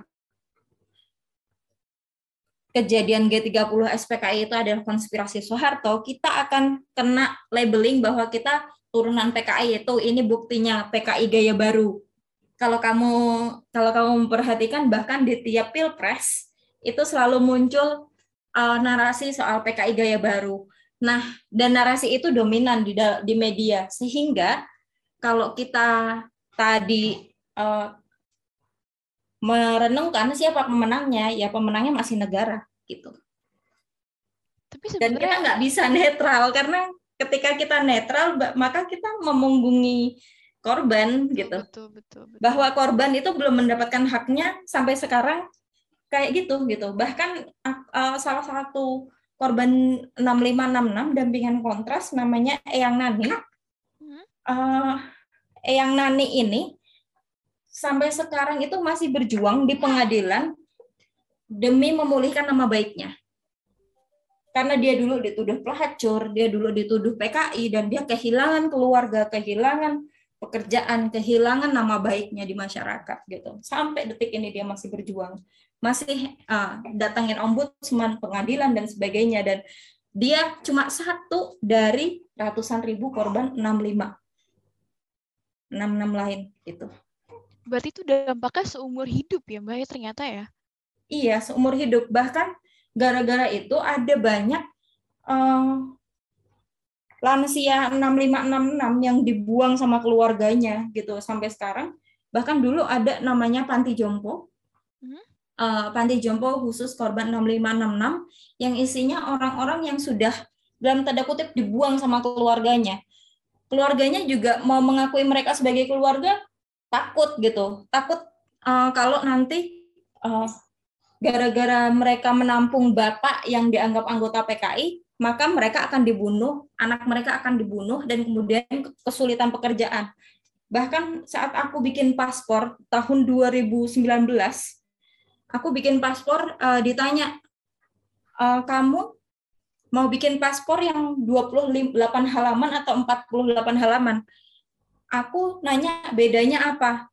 kejadian G tiga puluh S P K I itu adalah konspirasi Soeharto, kita akan kena labeling bahwa kita turunan P K I, itu ini buktinya P K I gaya baru. Kalau kamu kalau kamu memperhatikan, bahkan di tiap pilpres itu selalu muncul uh, narasi soal P K I gaya baru. Nah, dan narasi itu dominan di di media, sehingga kalau kita tadi uh, merenungkan siapa pemenangnya, ya pemenangnya masih negara gitu. Tapi sebenarnya... Dan kita nggak bisa netral, karena ketika kita netral maka kita memunggungi korban betul, gitu. Betul, betul, betul. Bahwa korban itu belum mendapatkan haknya sampai sekarang kayak gitu gitu. Bahkan uh, salah satu korban enam lima enam enam dampingan kontras namanya Eyang Nani. Uh, Eyang Nani ini sampai sekarang itu masih berjuang di pengadilan demi memulihkan nama baiknya. Karena dia dulu dituduh pelacur, dia dulu dituduh P K I, dan dia kehilangan keluarga, kehilangan pekerjaan, kehilangan nama baiknya di masyarakat gitu. Sampai detik ini dia masih berjuang, masih uh, datangin ombudsman, pengadilan dan sebagainya, dan dia cuma satu dari ratusan ribu korban enam lima. enam enam lain gitu. Berarti itu dampaknya seumur hidup ya Mbak ya ternyata ya? Iya, seumur hidup. Bahkan gara-gara itu ada banyak uh, lansia enam lima enam enam yang dibuang sama keluarganya gitu sampai sekarang. Bahkan dulu ada namanya panti jompo. Hmm? Uh, panti jompo khusus korban enam lima enam enam yang isinya orang-orang yang sudah dalam tanda kutip dibuang sama keluarganya. Keluarganya juga mau mengakui mereka sebagai keluarga takut gitu. Takut uh, kalau nanti uh, gara-gara mereka menampung bapak yang dianggap anggota P K I, maka mereka akan dibunuh, anak mereka akan dibunuh, dan kemudian kesulitan pekerjaan. Bahkan saat aku bikin paspor tahun dua ribu sembilan belas, aku bikin paspor, uh, ditanya, uh, kamu mau bikin paspor yang dua puluh delapan halaman atau empat puluh delapan halaman? Aku nanya bedanya apa?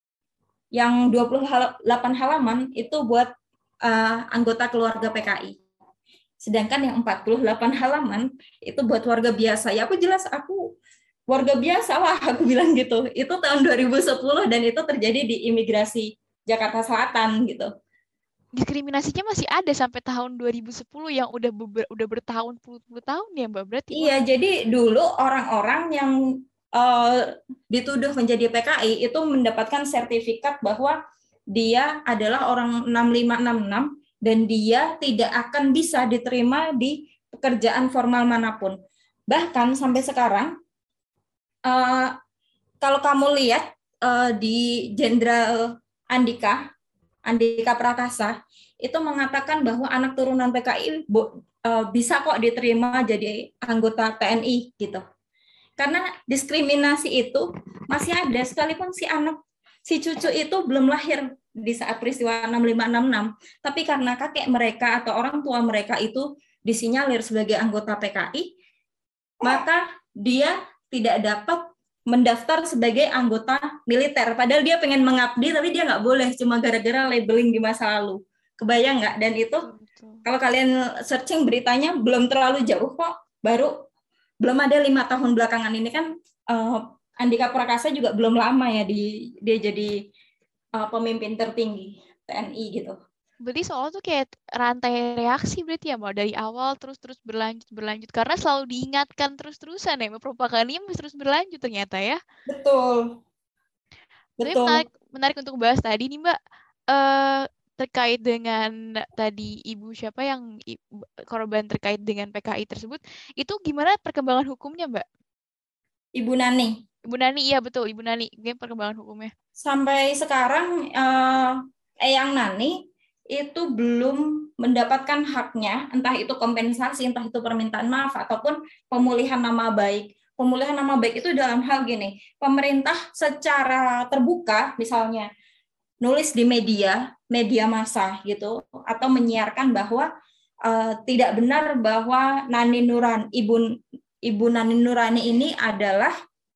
Yang dua puluh delapan halaman itu buat uh, anggota keluarga P K I. Sedangkan yang empat puluh delapan halaman itu buat warga biasa. Ya aku jelas aku warga biasa lah, aku bilang gitu. Itu tahun dua ribu sepuluh dan itu terjadi di imigrasi Jakarta Selatan gitu. Diskriminasinya masih ada sampai tahun dua ribu sepuluh yang udah ber, udah bertahun-puluh tahun ya Mbak berarti? Iya, wah. Jadi dulu orang-orang yang uh, dituduh menjadi P K I itu mendapatkan sertifikat bahwa dia adalah orang enam lima enam enam dan dia tidak akan bisa diterima di pekerjaan formal manapun. Bahkan sampai sekarang, uh, kalau kamu lihat uh, di Jenderal Andika, Andika Prakasa, itu mengatakan bahwa anak turunan P K I uh, bisa kok diterima jadi anggota T N I gitu. Karena diskriminasi itu masih ada, sekalipun si anak, si cucu itu belum lahir di saat peristiwa enam lima enam enam, tapi karena kakek mereka atau orang tua mereka itu disinyalir sebagai anggota P K I, maka dia tidak dapat mendaftar sebagai anggota militer. Padahal dia pengen mengabdi, tapi dia nggak boleh, cuma gara-gara labeling di masa lalu. Kebayang nggak? Dan itu betul. Kalau kalian searching beritanya belum terlalu jauh kok, baru belum ada lima tahun belakangan ini kan. uh, Andika Prakasa juga belum lama ya di, dia jadi uh, pemimpin tertinggi T N I gitu. Berarti soalnya tuh kayak rantai reaksi berarti ya Mbak, dari awal terus-terus berlanjut berlanjut karena selalu diingatkan terus-terusan ya, propagandanya masih terus berlanjut ternyata ya. Betul. Tapi Betul. menarik menarik untuk bahas tadi nih Mbak, uh, terkait dengan tadi ibu siapa yang korban terkait dengan P K I tersebut, itu gimana perkembangan hukumnya Mbak? Ibu Nani. Ibu Nani, iya betul, Ibu Nani. Gimana perkembangan hukumnya? Sampai sekarang uh, Eyang Nani itu belum mendapatkan haknya, entah itu kompensasi, entah itu permintaan maaf, ataupun pemulihan nama baik. Pemulihan nama baik itu dalam hal gini, pemerintah secara terbuka, misalnya nulis di media, media massa gitu, atau menyiarkan bahwa uh, tidak benar bahwa Nani Nurani, ibu ibu Nani Nurani ini adalah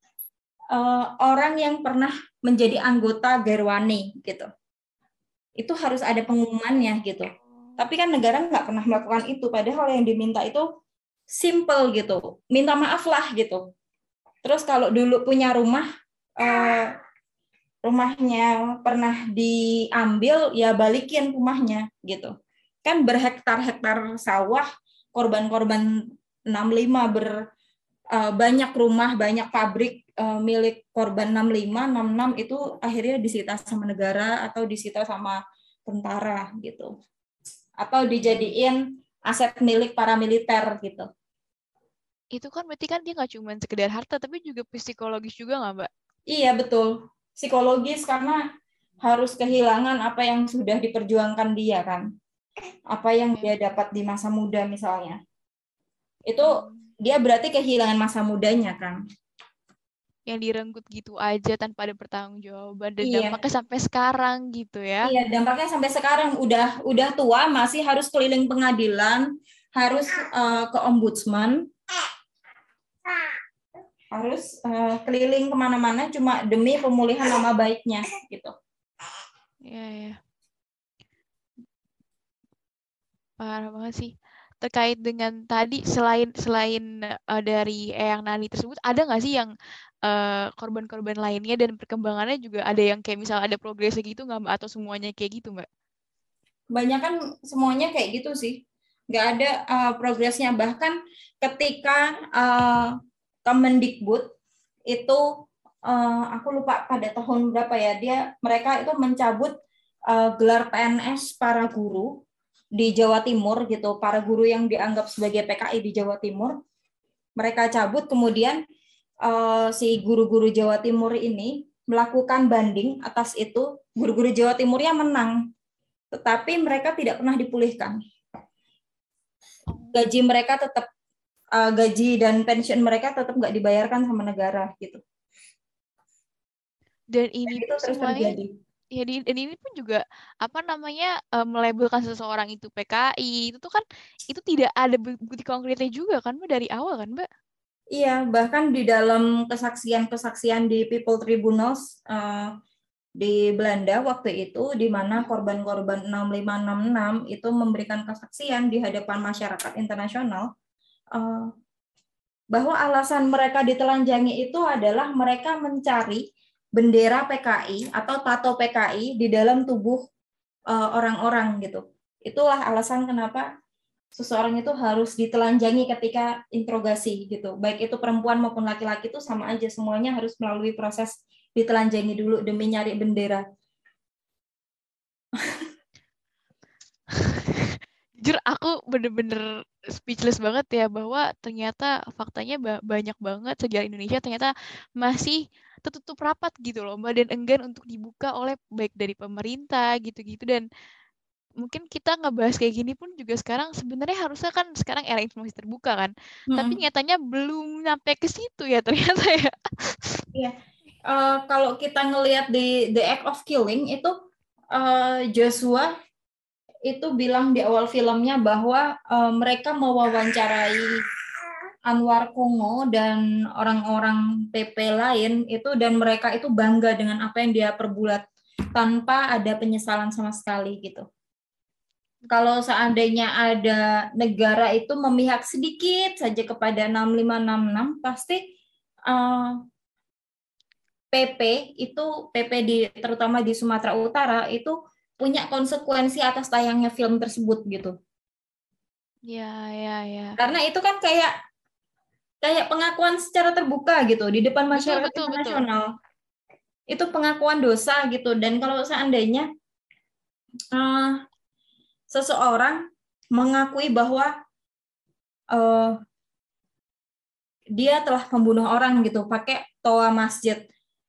uh, orang yang pernah menjadi anggota Gerwani gitu. Itu harus ada pengumumannya gitu. Tapi kan negara nggak pernah melakukan itu, padahal yang diminta itu simple gitu, minta maaf lah gitu. Terus kalau dulu punya rumah, uh, rumahnya pernah diambil, ya balikin rumahnya gitu. Kan berhektar-hektar sawah, korban-korban enam lima ber uh, banyak rumah, banyak pabrik uh, milik korban enam lima, enam enam itu akhirnya disita sama negara atau disita sama tentara gitu. Atau dijadiin aset milik paramiliter gitu. Itu kan berarti kan dia nggak cuma sekedar harta, tapi juga psikologis juga nggak Mbak? Iya betul. Psikologis karena harus kehilangan apa yang sudah diperjuangkan dia kan, apa yang dia dapat di masa muda misalnya, itu dia berarti kehilangan masa mudanya kan, yang direnggut gitu aja tanpa ada pertanggungjawaban dan iya. dampaknya sampai sekarang gitu ya. Iya, dampaknya sampai sekarang udah udah tua masih harus keliling pengadilan, harus uh, ke ombudsman, harus uh, keliling kemana-mana cuma demi pemulihan nama baiknya gitu. Iya ya. Parah banget sih. terkait dengan tadi selain selain uh, dari Eyang Nani tersebut, ada nggak sih yang uh, korban-korban lainnya dan perkembangannya juga ada yang kayak misal ada progresnya gitu nggak Mbak? Atau semuanya kayak gitu Mbak? Kebanyakan semuanya kayak gitu sih, nggak ada uh, progresnya. Bahkan ketika uh, Kemendikbud itu uh, aku lupa pada tahun berapa ya, dia mereka itu mencabut uh, gelar P N S para guru di Jawa Timur gitu, para guru yang dianggap sebagai P K I di Jawa Timur mereka cabut. Kemudian uh, si guru-guru Jawa Timur ini melakukan banding atas itu, guru-guru Jawa Timurnya menang, tetapi mereka tidak pernah dipulihkan. Gaji mereka tetap uh, gaji dan pensiun mereka tetap nggak dibayarkan sama negara gitu. Dan ini dan pun itu terus semuanya terjadi. Ya, di, dan ini pun juga apa namanya uh, melabelkan seseorang itu P K I itu tuh kan itu tidak ada bukti konkretnya juga kan Mbak dari awal kan Mbak? Iya, bahkan di dalam kesaksian-kesaksian di People Tribunals uh, di Belanda waktu itu, di mana korban-korban enam lima enam enam itu memberikan kesaksian di hadapan masyarakat internasional, uh, bahwa alasan mereka ditelanjangi itu adalah mereka mencari bendera P K I atau tato P K I di dalam tubuh uh, orang-orang gitu. Itulah alasan kenapa seseorang itu harus ditelanjangi ketika interogasi gitu. Baik itu perempuan maupun laki-laki itu sama aja, semuanya harus melalui proses ditelanjangi dulu demi nyari bendera. Jujur aku bener-bener speechless banget ya bahwa ternyata faktanya banyak banget sejarah Indonesia ternyata masih tertutup rapat gitu loh Mbak, dan enggan untuk dibuka oleh baik dari pemerintah gitu-gitu. Dan mungkin kita ngebahas kayak gini pun juga sekarang sebenarnya harusnya kan sekarang era informasi terbuka kan, hmm. tapi nyatanya belum nyampe ke situ ya ternyata ya. Iya, uh, kalau kita ngelihat di The Act of Killing itu uh, Joshua itu bilang di awal filmnya bahwa uh, mereka mewawancarai Anwar Kongo dan orang-orang P P lain itu, dan mereka itu bangga dengan apa yang dia perbuat tanpa ada penyesalan sama sekali gitu. Kalau seandainya ada negara itu memihak sedikit saja kepada enam lima enam enam, pasti uh, P P itu P P di terutama di Sumatera Utara itu punya konsekuensi atas tayangnya film tersebut gitu. Ya, ya, ya. Karena itu kan kayak kayak pengakuan secara terbuka gitu di depan masyarakat betul, betul, internasional. Betul. Itu pengakuan dosa gitu. Dan kalau seandainya uh, seseorang mengakui bahwa uh, dia telah membunuh orang gitu pakai toa masjid,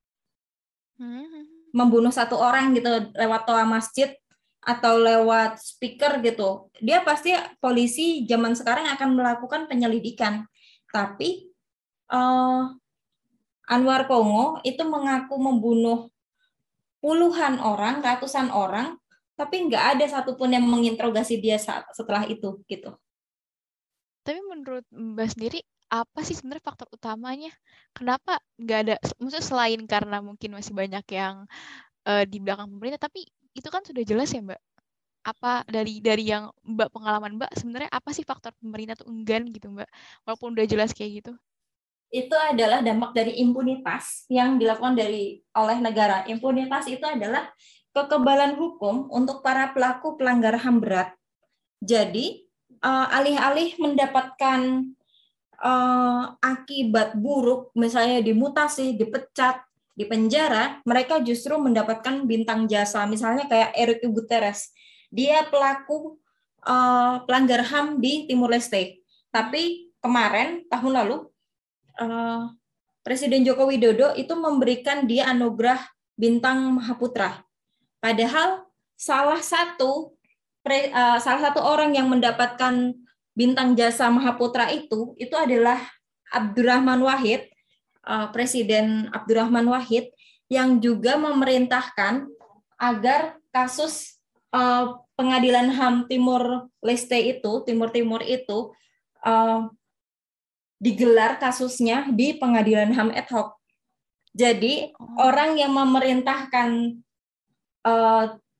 hmm. membunuh satu orang gitu lewat toa masjid atau lewat speaker gitu, dia pasti polisi zaman sekarang akan melakukan penyelidikan. Tapi uh, Anwar Kongo itu mengaku membunuh puluhan orang, ratusan orang, tapi nggak ada satupun yang menginterogasi dia saat, setelah itu gitu. Tapi menurut Mbak sendiri apa sih sebenarnya faktor utamanya? Kenapa nggak ada? Maksudnya selain karena mungkin masih banyak yang uh, di belakang pemerintah, tapi itu kan sudah jelas ya Mbak. Apa dari dari yang Mbak pengalaman Mbak sebenarnya apa sih faktor pemerintah tuh enggan gitu Mbak, walaupun udah jelas kayak gitu? Itu adalah dampak dari impunitas yang dilakukan dari oleh negara. Impunitas itu adalah kekebalan hukum untuk para pelaku pelanggar H A M berat. Jadi uh, alih-alih mendapatkan uh, akibat buruk, misalnya dimutasi, dipecat, dipenjara, mereka justru mendapatkan bintang jasa. Misalnya kayak Enrique Guterres, dia pelaku uh, pelanggar H A M di Timur Leste. Tapi kemarin tahun lalu uh, Presiden Joko Widodo itu memberikan dia anugerah bintang Mahaputra. Padahal salah satu pre, uh, salah satu orang yang mendapatkan bintang jasa Mahaputra itu itu adalah Abdurrahman Wahid, uh, Presiden Abdurrahman Wahid, yang juga memerintahkan agar kasus uh, pengadilan H A M Timur Leste itu, Timur Timur itu uh, digelar kasusnya di pengadilan H A M ad hoc. Jadi oh. orang yang memerintahkan uh,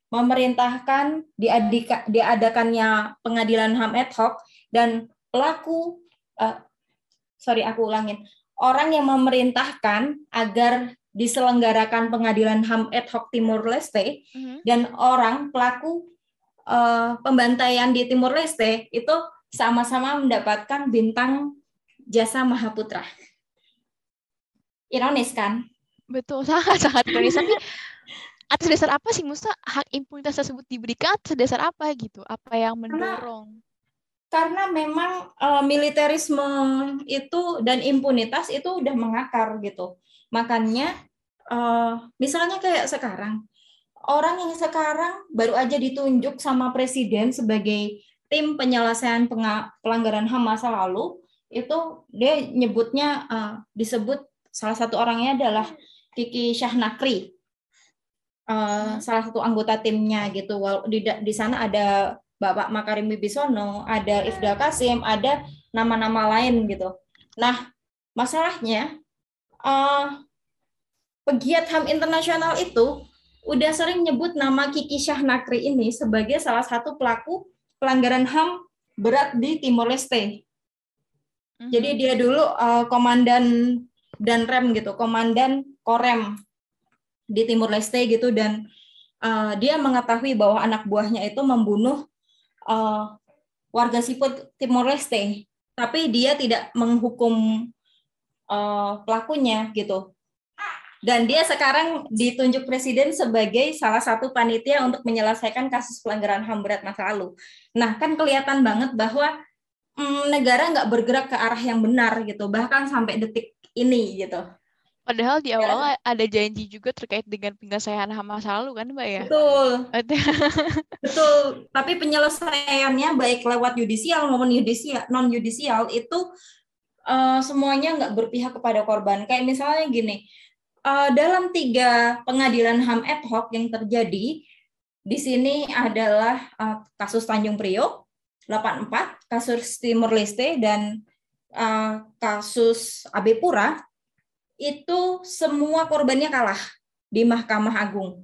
memerintahkan diadika, diadakannya pengadilan H A M ad hoc dan pelaku uh, sorry aku ulangin orang yang memerintahkan agar diselenggarakan pengadilan H A M ad hoc Timor Leste mm-hmm. dan orang pelaku uh, pembantaian di Timor Leste itu sama-sama mendapatkan bintang jasa Mahaputra. Ironis kan? Betul, sangat-sangat ironis. Tapi atas dasar apa sih Musa hak impunitas tersebut diberikan? Atas dasar apa gitu? Apa yang mendorong? Karena, karena memang uh, militerisme itu dan impunitas itu udah mengakar gitu. Makanya uh, misalnya kayak sekarang, orang yang sekarang baru aja ditunjuk sama presiden sebagai tim penyelesaian pelanggaran H A M masa lalu, itu dia nyebutnya uh, disebut salah satu orangnya adalah Kiki Syahnakri. Uh, salah satu anggota timnya gitu. Di, di sana ada Bapak Makarim Wibisono, ada Ifdal Kasim, ada nama-nama lain gitu. Nah, masalahnya uh, pegiat H A M internasional itu udah sering nyebut nama Kiki Syahnakri ini sebagai salah satu pelaku pelanggaran H A M berat di Timor Leste. Mm-hmm. Jadi dia dulu uh, komandan dan rem gitu, komandan Korem di Timor Leste gitu, dan uh, dia mengetahui bahwa anak buahnya itu membunuh uh, warga sipil Timor Leste, tapi dia tidak menghukum uh, pelakunya gitu. Dan dia sekarang ditunjuk presiden sebagai salah satu panitia untuk menyelesaikan kasus pelanggaran H A M berat masa lalu. Nah, kan kelihatan banget bahwa mm, negara nggak bergerak ke arah yang benar gitu, bahkan sampai detik ini gitu. Padahal di awal ya, ada janji juga terkait dengan penyelesaian H A M masa lalu kan Mbak ya? Betul. Betul. Tapi penyelesaiannya baik lewat yudisial maupun yudisial, non-yudisial itu uh, semuanya nggak berpihak kepada korban. Kayak misalnya gini, uh, dalam tiga pengadilan H A M ad hoc yang terjadi, di sini adalah uh, kasus Tanjung Priok, delapan puluh empat, kasus Timor Leste, dan uh, kasus Abe Pura, itu semua korbannya kalah di Mahkamah Agung.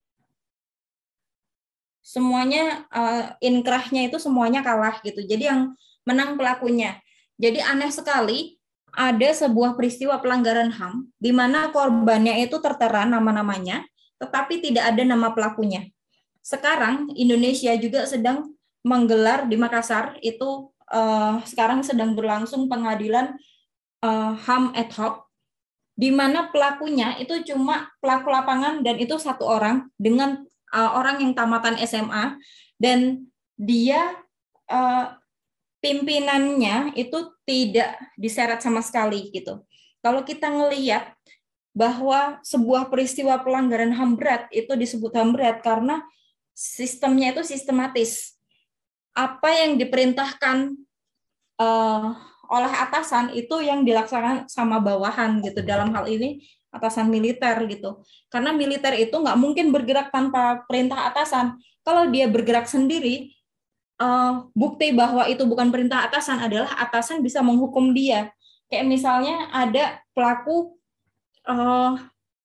Semuanya uh, inkrahnya itu semuanya kalah gitu. Jadi yang menang pelakunya. Jadi aneh sekali ada sebuah peristiwa pelanggaran H A M di mana korbannya itu tertera nama-namanya, tetapi tidak ada nama pelakunya. Sekarang Indonesia juga sedang menggelar di Makassar itu uh, sekarang sedang berlangsung pengadilan uh, H A M ad hoc, di mana pelakunya itu cuma pelaku lapangan dan itu satu orang dengan uh, orang yang tamatan S M A, dan dia uh, pimpinannya itu tidak diseret sama sekali gitu. Kalau kita ngelihat bahwa sebuah peristiwa pelanggaran H A M berat itu disebut H A M berat karena sistemnya itu sistematis. Apa yang diperintahkan uh, oleh atasan itu yang dilaksanakan sama bawahan gitu, dalam hal ini atasan militer gitu. Karena militer itu nggak mungkin bergerak tanpa perintah atasan. Kalau dia bergerak sendiri, uh, bukti bahwa itu bukan perintah atasan adalah atasan bisa menghukum dia. Kayak misalnya ada pelaku uh,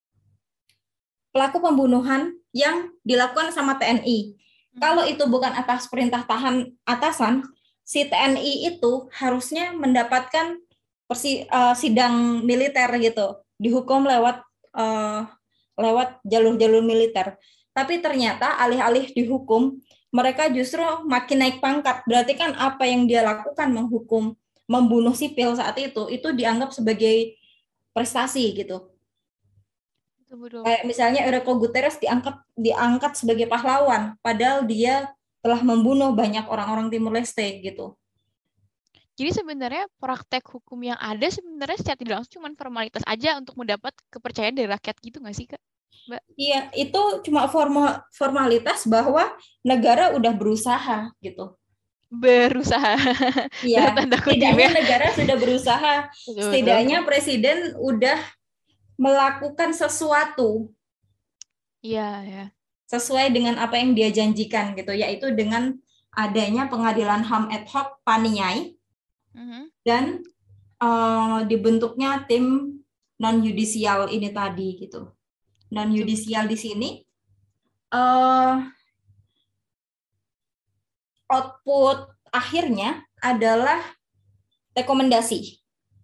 pelaku pembunuhan yang dilakukan sama T N I. Kalau itu bukan atas perintah tahan atasan, si T N I itu harusnya mendapatkan persi, uh, sidang militer gitu, dihukum lewat uh, lewat jalur-jalur militer. Tapi ternyata alih-alih dihukum, mereka justru makin naik pangkat. Berarti kan apa yang dia lakukan, menghukum, membunuh sipil saat itu, itu dianggap sebagai prestasi gitu. Betul. Kayak misalnya Eurico Guterres diangkat diangkat sebagai pahlawan, padahal dia telah membunuh banyak orang-orang Timor Leste gitu. Jadi sebenarnya praktek hukum yang ada sebenarnya secara tidak langsung cuma formalitas aja untuk mendapat kepercayaan dari rakyat gitu nggak sih Kak? Mbak? Iya, itu cuma formal, formalitas bahwa negara udah berusaha gitu. Berusaha. Iya, setidaknya negara sudah berusaha. Setidaknya presiden udah melakukan sesuatu. Iya, ya. Sesuai dengan apa yang dia janjikan gitu, yaitu dengan adanya pengadilan H A M ad hoc Paniai, mm-hmm. dan uh, dibentuknya tim non yudisial ini tadi gitu. Non yudisial di sini uh, output akhirnya adalah rekomendasi.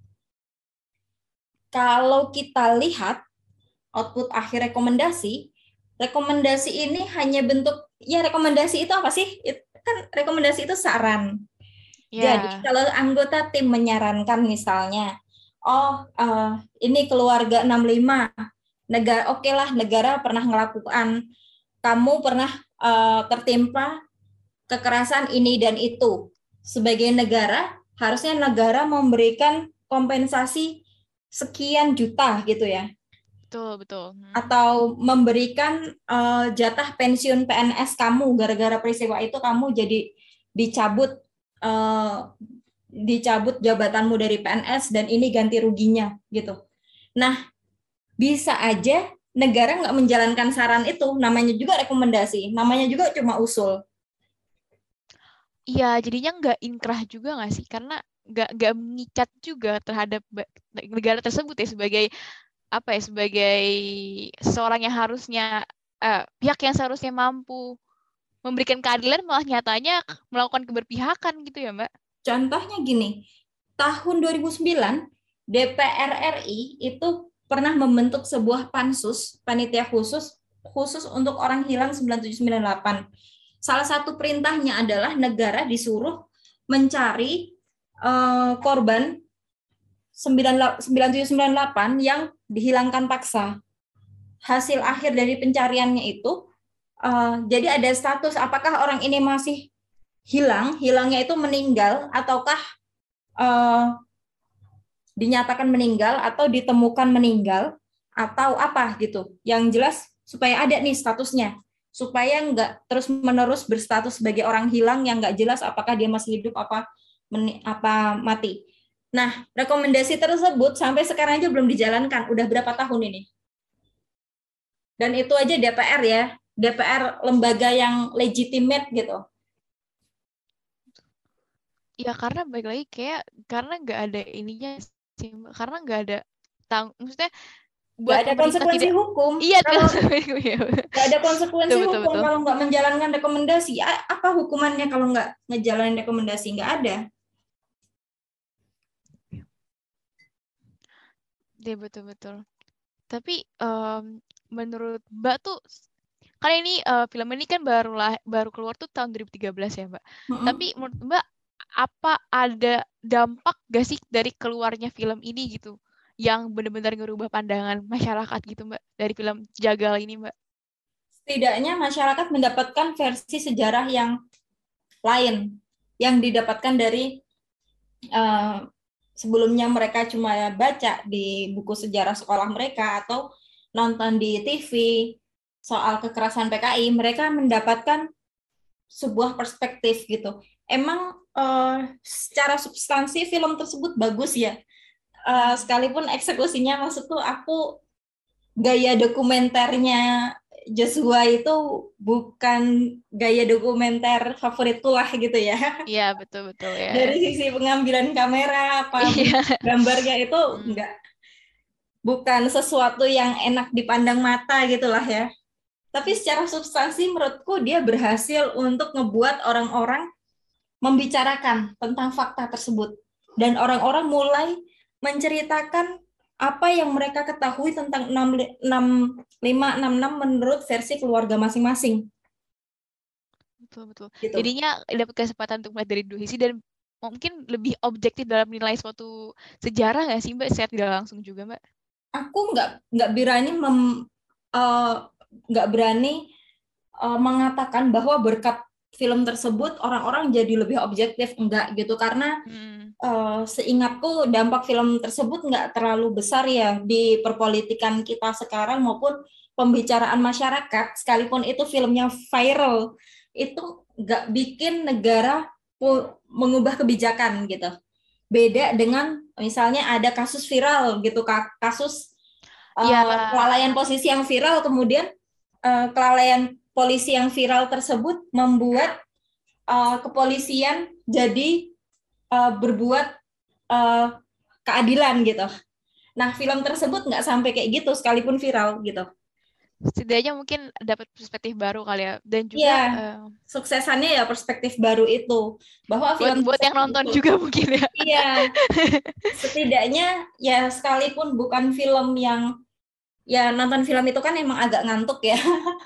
Kalau kita lihat output akhir rekomendasi, rekomendasi ini hanya bentuk, ya rekomendasi itu apa sih? Itu kan rekomendasi itu saran. Ya. Jadi kalau anggota tim menyarankan misalnya, oh uh, ini keluarga enam puluh lima, negara oke okay lah negara pernah melakukan, kamu pernah uh, tertimpa kekerasan ini dan itu. Sebagai negara, harusnya negara memberikan kompensasi sekian juta gitu ya. Betul, betul. Hmm. Atau memberikan uh, jatah pensiun P N S kamu gara-gara peristiwa itu kamu jadi dicabut uh, dicabut jabatanmu dari P N S dan ini ganti ruginya gitu. Nah, bisa aja negara nggak menjalankan saran itu, namanya juga rekomendasi, namanya juga cuma usul. Iya, jadinya nggak inkrah juga nggak sih? Karena nggak nggak mengikat juga terhadap negara tersebut ya sebagai apa ya sebagai seorang yang harusnya eh, pihak yang seharusnya mampu memberikan keadilan malah nyatanya melakukan keberpihakan gitu ya Mbak. Contohnya gini, tahun dua ribu sembilan D P R R I itu pernah membentuk sebuah pansus, panitia khusus khusus untuk orang hilang sembilan tujuh sembilan delapan. Salah satu perintahnya adalah negara disuruh mencari uh, korban sembilan tujuh sembilan delapan yang dihilangkan paksa. Hasil akhir dari pencariannya itu, uh, jadi ada status apakah orang ini masih hilang, hilangnya itu meninggal, ataukah uh, dinyatakan meninggal, atau ditemukan meninggal, atau apa gitu. Yang jelas supaya ada nih statusnya, supaya nggak terus-menerus berstatus sebagai orang hilang yang nggak jelas apakah dia masih hidup apa meni- apa mati. Nah, rekomendasi tersebut sampai sekarang aja belum dijalankan. Udah berapa tahun ini? Dan itu aja D P R ya, D P R lembaga yang legitimate gitu. Ya karena baik lagi kayak karena nggak ada ininya sih, karena nggak ada tang, maksudnya buat Gak ada konsekuensi tidak, hukum. Iya, kalau ya. Gak ada konsekuensi betul, betul, hukum betul. kalau nggak menjalankan rekomendasi. Apa hukumannya kalau nggak ngejalanin rekomendasi? Nggak ada. Ya betul, betul. Tapi um, menurut Mbak tuh kan ini uh, film ini kan baru lah baru keluar tuh tahun dua ribu tiga belas ya Mbak. Mm-mm. Tapi menurut Mbak apa ada dampak gak sih dari keluarnya film ini gitu yang benar-benar ngerubah pandangan masyarakat gitu Mbak dari film Jagal ini Mbak? Setidaknya masyarakat mendapatkan versi sejarah yang lain yang didapatkan dari uh, sebelumnya mereka cuma baca di buku sejarah sekolah mereka atau nonton di T V soal kekerasan P K I, mereka mendapatkan sebuah perspektif gitu. Emang uh, secara substansi film tersebut bagus ya, uh, sekalipun eksekusinya, maksudku aku gaya dokumenternya Joshua itu bukan gaya dokumenter favoritku lah gitu ya. Iya betul betul ya. Dari sisi pengambilan kamera apa gambarnya itu hmm. enggak, bukan sesuatu yang enak dipandang mata gitulah ya. Tapi secara substansi menurutku dia berhasil untuk ngebuat orang-orang membicarakan tentang fakta tersebut. Dan orang-orang mulai menceritakan apa yang mereka ketahui tentang enam lima enam enam menurut versi keluarga masing-masing. Betul, betul. Gitu. Jadinya dapat kesempatan untuk melihat dari dua sisi dan mungkin lebih objektif dalam menilai suatu sejarah nggak sih Mbak? Secara tidak langsung juga Mbak? Aku nggak nggak berani mem, uh, nggak berani uh, mengatakan bahwa berkat film tersebut orang-orang jadi lebih objektif, enggak gitu, karena hmm. uh, seingatku dampak film tersebut nggak terlalu besar ya di perpolitikan kita sekarang maupun pembicaraan masyarakat, sekalipun itu filmnya viral itu nggak bikin negara mengubah kebijakan gitu. Beda dengan misalnya ada kasus viral gitu, kasus ya. uh, kelalaian posisi yang viral, kemudian uh, kelalaian polisi yang viral tersebut membuat uh, kepolisian jadi uh, berbuat uh, keadilan gitu. Nah, film tersebut nggak sampai kayak gitu sekalipun viral gitu. setidaknya mungkin dapat perspektif baru kali ya, dan juga Iya, uh, suksesannya ya perspektif baru itu, bahwa buat film buat yang tersebut nonton itu, juga mungkin ya. iya, setidaknya ya sekalipun bukan film yang, ya nonton film itu kan emang agak ngantuk ya.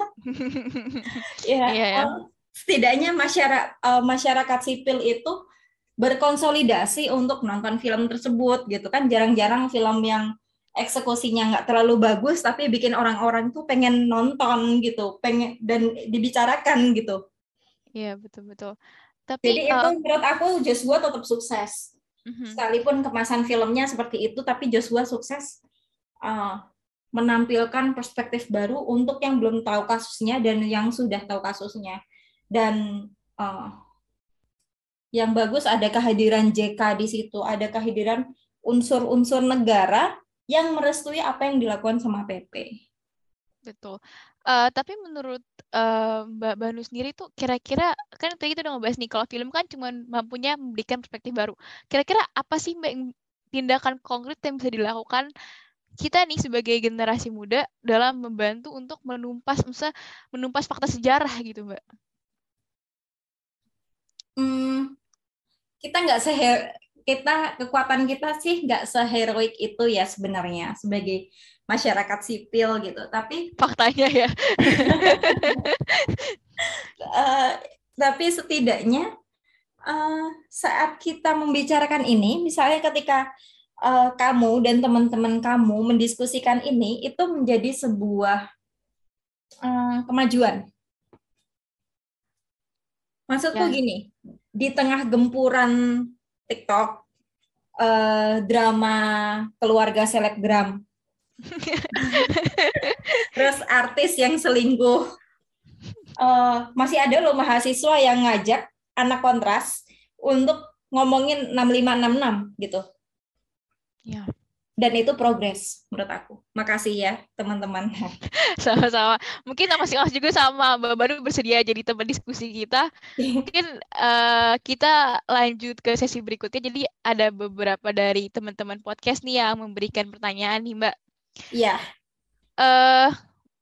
Ya, Iya ya. uh, setidaknya masyarakat uh, masyarakat sipil itu berkonsolidasi untuk nonton film tersebut gitu kan. Jarang-jarang film yang eksekusinya nggak terlalu bagus tapi bikin orang-orang tuh pengen nonton gitu, pengen dan dibicarakan gitu. Iya betul-betul. Tapi Jadi itu uh, menurut aku Joshua tetap sukses. mhm. Sekalipun kemasan filmnya seperti itu, tapi Joshua sukses uh, menampilkan perspektif baru untuk yang belum tahu kasusnya dan yang sudah tahu kasusnya. Dan uh, yang bagus ada kehadiran J K di situ, ada kehadiran unsur-unsur negara yang merestui apa yang dilakukan sama P P. Betul. Uh, tapi menurut uh, Mbak Banu sendiri tuh kira-kira, kan tadi kita udah ngebahas nih kalau film kan cuma mampunya memberikan perspektif baru. Kira-kira apa sih Mbak yang- tindakan konkret yang bisa dilakukan kita nih sebagai generasi muda dalam membantu untuk menumpas, misalnya menumpas fakta sejarah gitu Mbak? Hmm, kita nggak seher kita kekuatan kita sih nggak seheroik itu ya sebenarnya sebagai masyarakat sipil gitu. Tapi Faktanya ya. uh, tapi setidaknya uh, saat kita membicarakan ini, misalnya ketika uh, kamu dan teman-teman kamu mendiskusikan ini, itu menjadi sebuah uh, kemajuan. Maksudku Ya. gini, di tengah gempuran TikTok, uh, drama keluarga selebgram, terus artis yang selingkuh, uh, masih ada loh mahasiswa yang ngajak anak kontras untuk ngomongin enam lima enam enam gitu. Ya. Dan itu progres menurut aku. Makasih ya teman-teman. Sama-sama. Mungkin Mas Mas juga sama Mbak Baru bersedia jadi teman diskusi kita. Mungkin uh, kita lanjut ke sesi berikutnya. Jadi ada beberapa dari teman-teman podcast nih yang memberikan pertanyaan nih Mbak. Iya. Eh,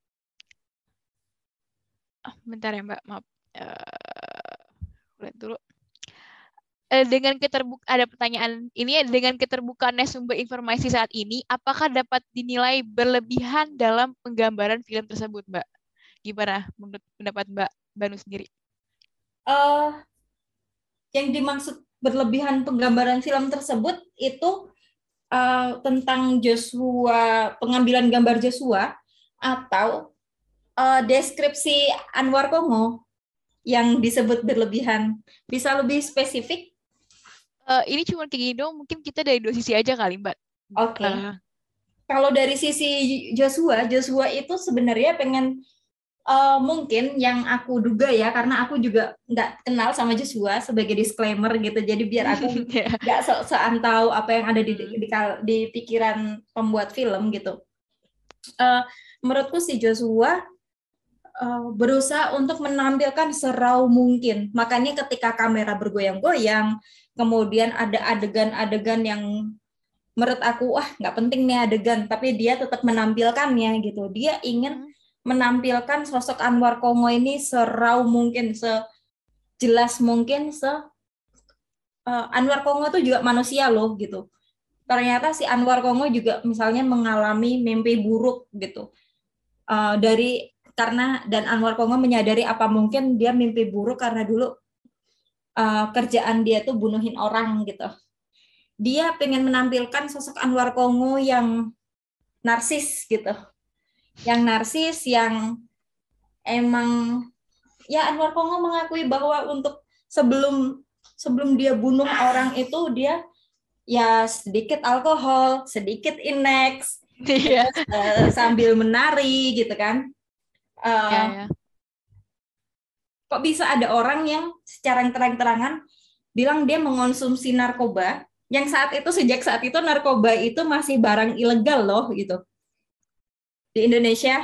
uh, bentar ya Mbak, maaf. Uh, lihat dulu. Uh, dengan keterbuka ada pertanyaan ini dengan keterbukaannya sumber informasi saat ini, apakah dapat dinilai berlebihan dalam penggambaran film tersebut, Mbak? Gimana menurut pendapat Mbak Banu sendiri? Uh, yang dimaksud berlebihan penggambaran film tersebut itu uh, tentang Joshua, pengambilan gambar Joshua, atau uh, deskripsi Anwar Kongo yang disebut berlebihan. Bisa lebih spesifik? Uh, ini cuma kayak gini dong, mungkin kita dari dua sisi aja kali, Mbak. Oke. Okay. Uh, Kalau dari sisi Joshua, Joshua itu sebenarnya pengen uh, mungkin yang aku duga ya, karena aku juga nggak kenal sama Joshua sebagai disclaimer gitu. Jadi biar aku nggak yeah. sok-sokan tahu apa yang ada di, di, di pikiran pembuat film gitu. Uh, menurutku si Joshua uh, berusaha untuk menampilkan serau mungkin. Makanya ketika kamera bergoyang-goyang, kemudian ada adegan-adegan yang menurut aku wah nggak penting nih adegan, tapi dia tetap menampilkannya gitu. Dia ingin hmm. menampilkan sosok Anwar Kongo ini serau mungkin, sejelas mungkin, se uh, Anwar Kongo itu juga manusia loh gitu. Ternyata si Anwar Kongo juga misalnya mengalami mimpi buruk gitu. Uh, dari karena dan Anwar Kongo menyadari apa mungkin dia mimpi buruk karena dulu uh, kerjaan dia tuh bunuhin orang gitu. Dia pengen menampilkan sosok Anwar Kongo yang narsis gitu. Yang narsis, yang emang ya Anwar Kongo mengakui bahwa untuk sebelum sebelum dia bunuh orang itu dia ya sedikit alkohol, sedikit Inex, yeah. terus, uh, sambil menari gitu kan. Uh, yeah, yeah. Kok bisa ada orang yang secara terang-terangan bilang dia mengonsumsi narkoba, yang saat itu sejak saat itu narkoba itu masih barang ilegal loh gitu di Indonesia,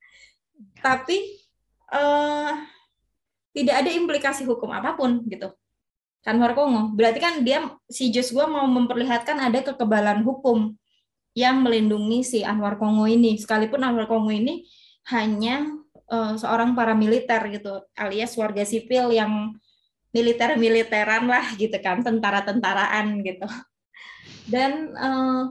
tapi uh, tidak ada implikasi hukum apapun gitu. Anwar Kongo berarti kan dia si Joshua mau memperlihatkan ada kekebalan hukum yang melindungi si Anwar Kongo ini, sekalipun Anwar Kongo ini hanya uh, seorang paramiliter gitu, alias warga sipil yang militer-militeran lah gitu kan, tentara-tentaraan gitu. Dan uh,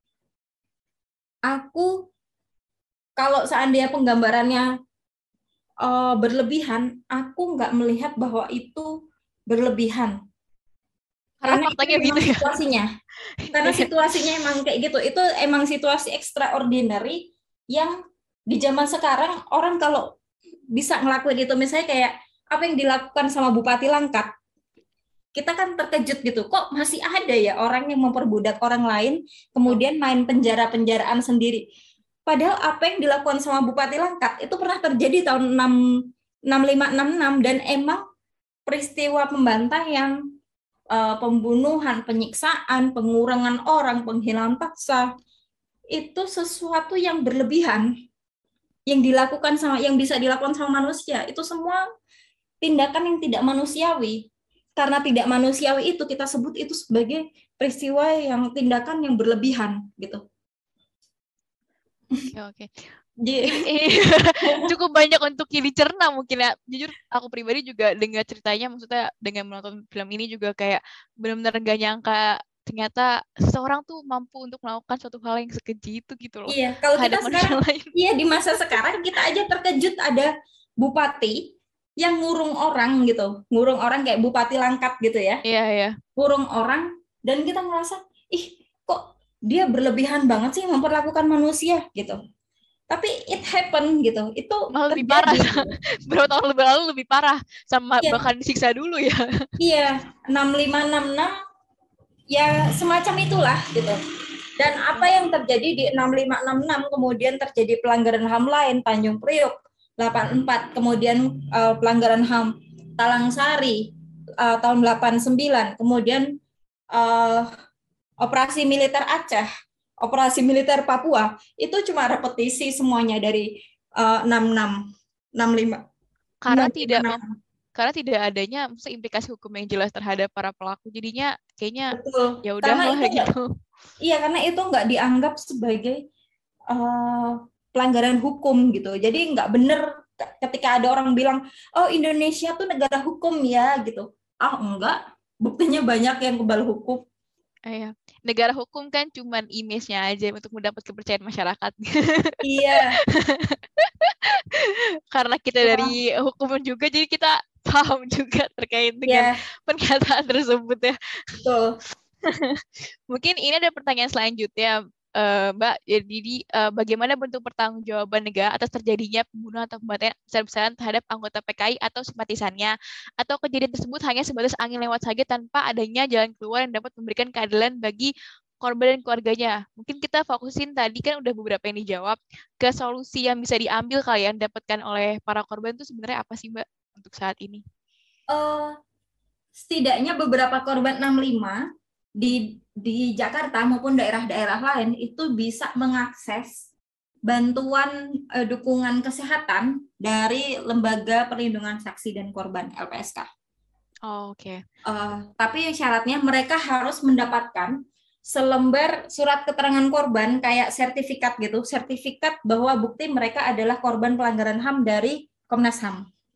aku kalau seandainya penggambarannya uh, berlebihan, aku nggak melihat bahwa itu berlebihan. Karena, Karena faktanya itu gitu ya. Situasinya. Karena situasinya emang kayak gitu. Itu emang situasi extraordinary yang di zaman sekarang orang kalau bisa ngelakuin itu, misalnya kayak apa yang dilakukan sama Bupati Langkat, kita kan terkejut gitu, kok masih ada ya orang yang memperbudak orang lain, kemudian main penjara-penjaraan sendiri. Padahal apa yang dilakukan sama Bupati Langkat itu pernah terjadi tahun enam lima enam enam, dan emang peristiwa pembantai yang uh, pembunuhan, penyiksaan, pengurangan orang, penghilangan paksa, itu sesuatu yang berlebihan yang dilakukan sama yang bisa dilakukan sama manusia. Itu semua tindakan yang tidak manusiawi. Karena tidak manusiawi itu kita sebut itu sebagai peristiwa yang tindakan yang berlebihan gitu. Oke, oke. Cukup banyak untuk dicerna mungkin ya. Jujur aku pribadi juga dengar ceritanya, maksudnya dengan menonton film ini juga kayak benar-benar gak nyangka ternyata seseorang tuh mampu untuk melakukan suatu hal yang sekeji itu gitu loh. Iya, kalau kita sekarang, lain. Iya di masa sekarang kita aja terkejut ada bupati yang ngurung orang gitu, ngurung orang kayak Bupati Langkat gitu ya. Iya, iya. Ngurung orang, dan kita merasa, ih kok dia berlebihan banget sih memperlakukan manusia gitu. Tapi it happen gitu, itu malah lebih parah. Berapa tahun lebih lalu lebih parah, sama iya. Bahkan disiksa dulu ya. Iya, enam lima enam enam ya semacam itulah gitu. Dan apa yang terjadi di enam lima enam enam, kemudian terjadi pelanggaran H A M lain, Tanjung Priok delapan empat, kemudian uh, pelanggaran H A M Talang Sari uh, tahun delapan sembilan, kemudian uh, operasi militer Aceh, operasi militer Papua, itu cuma repetisi semuanya dari uh, enam enam, enam lima. Karena enam lima, tidak enam enam. Karena tidak adanya maksudnya implikasi hukum yang jelas terhadap para pelaku, jadinya kayaknya ya udahlah gitu. Iya, karena itu nggak dianggap sebagai uh, pelanggaran hukum gitu. Jadi nggak benar ketika ada orang bilang, oh Indonesia tuh negara hukum ya gitu. Ah enggak, buktinya banyak yang kebal hukum. Iya, negara hukum kan cuman image-nya aja untuk mendapat kepercayaan masyarakat. Iya. Karena kita dari hukum juga, jadi kita paham juga terkait dengan yeah. pernyataan tersebut ya. Betul. Mungkin ini ada pertanyaan selanjutnya, uh, Mbak. Jadi uh, bagaimana bentuk pertanggungjawaban negara atas terjadinya pembunuhan atau pembantaian besar-besaran terhadap anggota P K I atau simpatisannya, atau kejadian tersebut hanya sebatas angin lewat saja tanpa adanya jalan keluar yang dapat memberikan keadilan bagi korban dan keluarganya. Mungkin kita fokusin tadi kan udah beberapa yang dijawab, ke solusi yang bisa diambil kalian dapatkan oleh para korban itu sebenarnya apa sih Mbak untuk saat ini? Uh, setidaknya beberapa korban enam lima di di Jakarta maupun daerah-daerah lain itu bisa mengakses bantuan uh, dukungan kesehatan dari Lembaga Perlindungan Saksi dan Korban L P S K. Oh, oke. Okay. Uh, tapi syaratnya mereka harus mendapatkan selembar surat keterangan korban kayak sertifikat gitu, sertifikat bahwa bukti mereka adalah korban pelanggaran H A M dari Komnas H A M.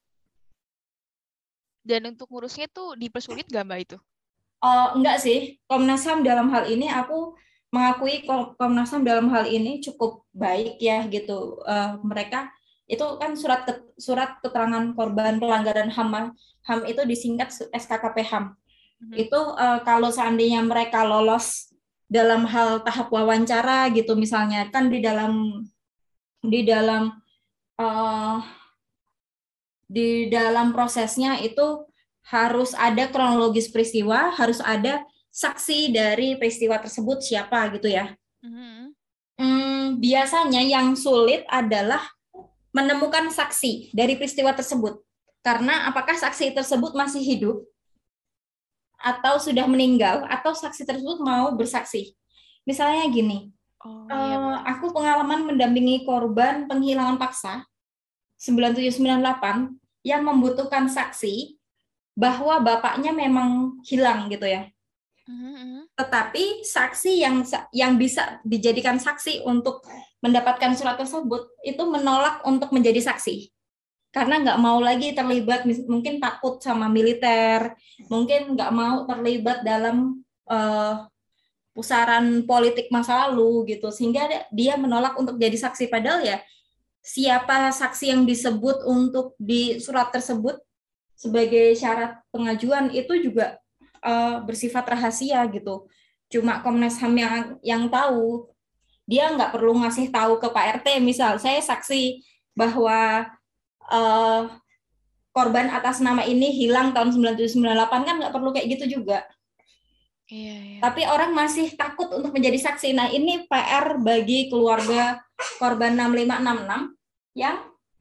Dan untuk ngurusnya tuh dipersulit nggak Mbak itu? Oh, enggak sih, Komnas H A M dalam hal ini aku mengakui Komnas H A M dalam hal ini cukup baik ya gitu. Uh, mereka itu kan surat ke, surat keterangan korban pelanggaran H A M, H A M itu disingkat S K K P H A M. Mm-hmm. Itu uh, kalau seandainya mereka lolos dalam hal tahap wawancara gitu misalnya, kan di dalam di dalam uh, di dalam prosesnya itu harus ada kronologis peristiwa, harus ada saksi dari peristiwa tersebut siapa gitu ya. Mm-hmm. Hmm, biasanya yang sulit adalah menemukan saksi dari peristiwa tersebut. Karena apakah saksi tersebut masih hidup atau sudah meninggal, atau saksi tersebut mau bersaksi. Misalnya gini, oh, iya, uh, aku pengalaman mendampingi korban penghilangan paksa sembilan tujuh sembilan delapan yang membutuhkan saksi bahwa bapaknya memang hilang gitu ya. Mm-hmm. Tetapi saksi yang yang bisa dijadikan saksi untuk mendapatkan surat tersebut itu menolak untuk menjadi saksi karena nggak mau lagi terlibat, mungkin takut sama militer, mungkin nggak mau terlibat dalam uh, pusaran politik masa lalu gitu, sehingga dia menolak untuk jadi saksi. Padahal ya siapa saksi yang disebut untuk di surat tersebut sebagai syarat pengajuan itu juga uh, bersifat rahasia gitu. Cuma Komnas H A M yang yang tahu. Dia nggak perlu ngasih tahu ke Pak R T, misal saya saksi bahwa uh, korban atas nama ini hilang tahun sembilan puluh tujuh sembilan puluh delapan, kan nggak perlu kayak gitu juga. Iya, iya. Tapi orang masih takut untuk menjadi saksi. Nah, ini P R bagi keluarga korban enam lima enam enam yang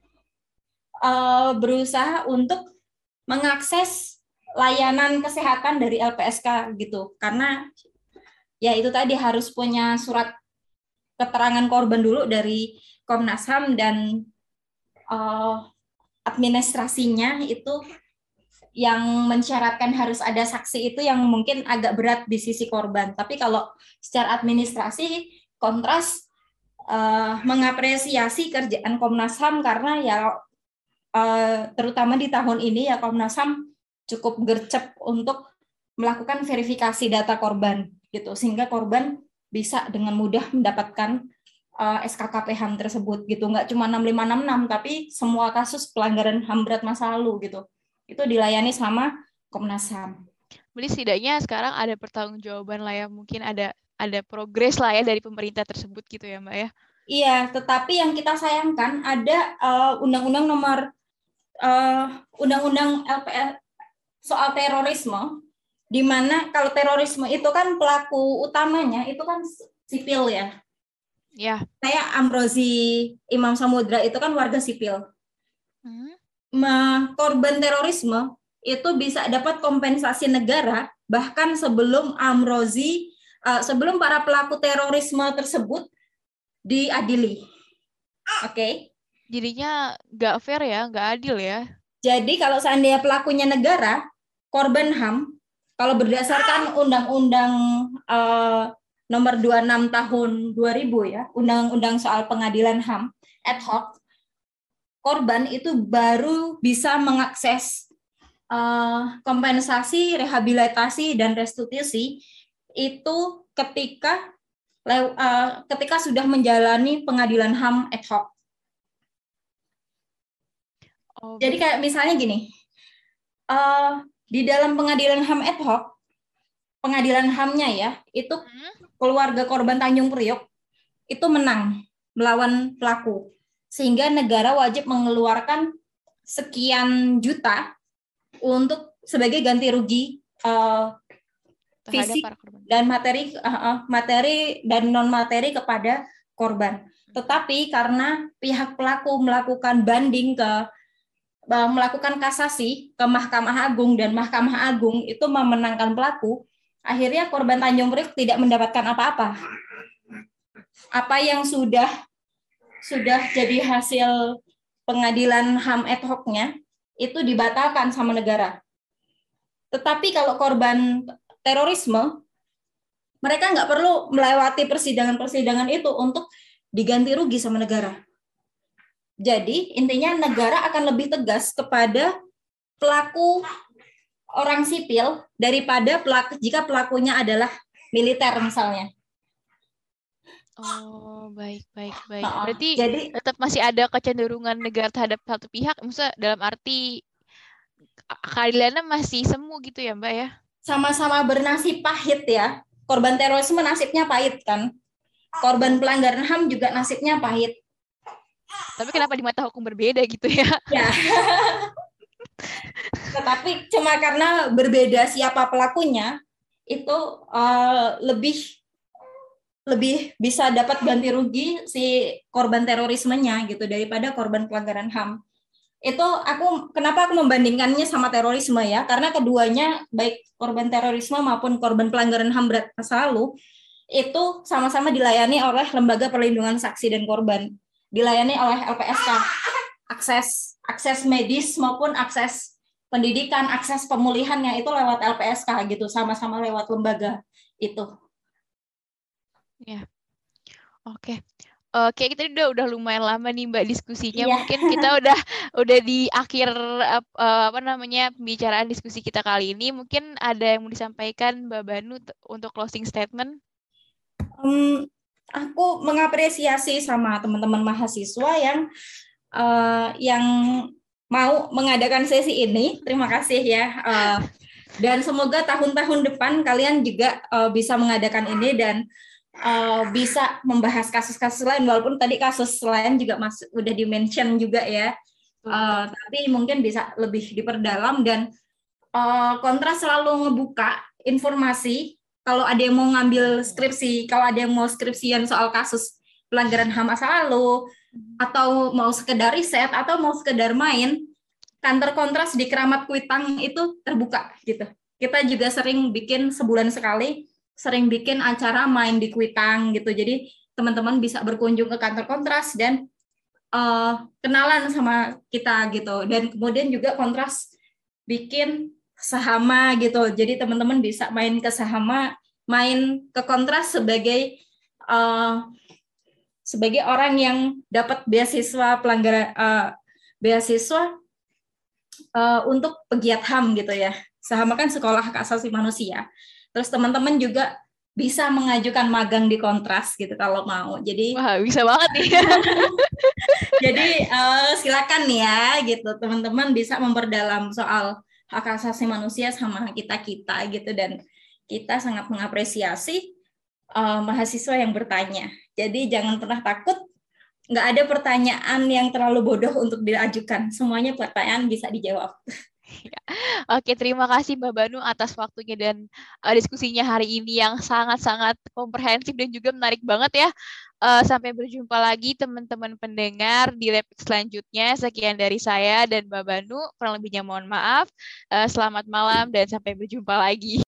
uh, berusaha untuk mengakses layanan kesehatan dari L P S K gitu. Karena ya itu tadi harus punya surat keterangan korban dulu dari Komnas H A M, dan uh, administrasinya itu yang mensyaratkan harus ada saksi itu yang mungkin agak berat di sisi korban. Tapi kalau secara administrasi, Kontras uh, mengapresiasi kerjaan Komnas H A M karena ya uh, terutama di tahun ini ya Komnas H A M cukup gercep untuk melakukan verifikasi data korban gitu, sehingga korban bisa dengan mudah mendapatkan uh, S K K P H A M tersebut gitu. Nggak cuma enam lima enam enam, tapi semua kasus pelanggaran H A M berat masa lalu gitu. Itu dilayani sama Komnas H A M. Jadi setidaknya sekarang ada pertanggungjawaban lah ya, mungkin ada ada progres lah ya dari pemerintah tersebut gitu ya Mbak ya. Iya, tetapi yang kita sayangkan ada uh, undang-undang nomor uh, undang-undang L P S soal terorisme, di mana kalau terorisme itu kan pelaku utamanya itu kan sipil ya. Ya. Saya Amrozi Imam Samudra itu kan warga sipil. Hmm. Korban terorisme itu bisa dapat kompensasi negara bahkan sebelum Amrozi, uh, sebelum para pelaku terorisme tersebut diadili. Oke. Okay. Jadinya nggak fair ya, nggak adil ya. Jadi kalau seandainya pelakunya negara, korban H A M, kalau berdasarkan Undang-Undang uh, nomor dua puluh enam tahun dua ribu ya, Undang-Undang soal pengadilan H A M ad hoc, korban itu baru bisa mengakses uh, kompensasi, rehabilitasi, dan restitusi itu ketika uh, ketika sudah menjalani pengadilan H A M ad hoc. Oh, jadi kayak misalnya gini, uh, di dalam pengadilan H A M ad hoc, pengadilan H A M-nya ya, itu keluarga korban Tanjung Priok itu menang melawan pelaku, sehingga negara wajib mengeluarkan sekian juta untuk sebagai ganti rugi uh, fisik dan materi, uh, materi dan non materi kepada korban. Tetapi karena pihak pelaku melakukan banding ke melakukan kasasi ke Mahkamah Agung dan Mahkamah Agung itu memenangkan pelaku, akhirnya korban Tanjung Priok tidak mendapatkan apa-apa. Apa yang sudah sudah jadi hasil pengadilan H A M ad hoc-nya itu dibatalkan sama negara. Tetapi kalau korban terorisme, mereka nggak perlu melewati persidangan-persidangan itu untuk diganti rugi sama negara. Jadi intinya negara akan lebih tegas kepada pelaku orang sipil daripada pelaku jika pelakunya adalah militer misalnya. Oh, baik, baik, baik. Oh, berarti jadi tetap masih ada kecenderungan negara terhadap satu pihak, maksudnya dalam arti keadilannya masih semu gitu ya, Mbak ya? Sama-sama bernasib pahit ya. Korban terorisme nasibnya pahit kan. Korban pelanggaran H A M juga nasibnya pahit. Tapi kenapa di mata hukum berbeda gitu ya? Ya. Tetapi cuma karena berbeda siapa pelakunya, itu uh, lebih lebih bisa dapat ganti rugi si korban terorismenya gitu daripada korban pelanggaran H A M. Itu aku kenapa aku membandingkannya sama terorisme ya, karena keduanya baik korban terorisme maupun korban pelanggaran H A M berat masa lalu itu sama-sama dilayani oleh Lembaga Perlindungan Saksi dan Korban, dilayani oleh L P S K, akses akses medis maupun akses pendidikan, akses pemulihannya itu lewat L P S K gitu, sama-sama lewat lembaga itu. Ya, oke. Oke, kita udah udah lumayan lama nih Mbak diskusinya. Iya. Mungkin kita udah udah di akhir ap- eh, apa namanya pembicaraan diskusi kita kali ini. Mungkin ada yang mau disampaikan Mbak Banu t- untuk closing statement. Um, aku mengapresiasi sama teman-teman mahasiswa yang uh, yang mau mengadakan sesi ini. Terima kasih ya. Uh, dan semoga tahun-tahun depan kalian juga uh, bisa mengadakan ini dan uh, bisa membahas kasus-kasus lain. Walaupun tadi kasus lain juga masuk udah di-mention juga ya. Uh, tapi mungkin bisa lebih diperdalam dan uh, Kontras selalu ngebuka informasi kalau ada yang mau ngambil skripsi, kalau ada yang mau skripsian soal kasus pelanggaran H A M masa lalu, atau mau sekedar riset, atau mau sekedar main, kantor Kontras di Keramat Kuitang itu terbuka gitu. Kita juga sering bikin sebulan sekali, sering bikin acara main di Kuitang gitu. Jadi teman-teman bisa berkunjung ke kantor Kontras dan uh, kenalan sama kita gitu. Dan kemudian juga Kontras bikin Sahama gitu. Jadi teman-teman bisa main ke Sahama, main ke Kontras sebagai uh, sebagai orang yang dapat beasiswa pelanggaran uh, beasiswa uh, untuk pegiat H A M gitu ya. Sahama kan sekolah hak asasi manusia. Terus teman-teman juga bisa mengajukan magang di Kontras gitu kalau mau. Jadi Wah, bisa banget nih. Jadi uh, silakan ya gitu teman-teman bisa memperdalam soal hak asasi manusia sama kita-kita gitu dan kita sangat mengapresiasi uh, mahasiswa yang bertanya. Jadi jangan pernah takut, nggak ada pertanyaan yang terlalu bodoh untuk diajukan. Semuanya pertanyaan bisa dijawab. Oke, terima kasih Mbak Banu atas waktunya dan uh, diskusinya hari ini yang sangat-sangat komprehensif dan juga menarik banget ya. Uh, sampai berjumpa lagi teman-teman pendengar di Replik selanjutnya. Sekian dari saya dan Mbak Banu. Kurang lebihnya mohon maaf. Uh, selamat malam dan sampai berjumpa lagi.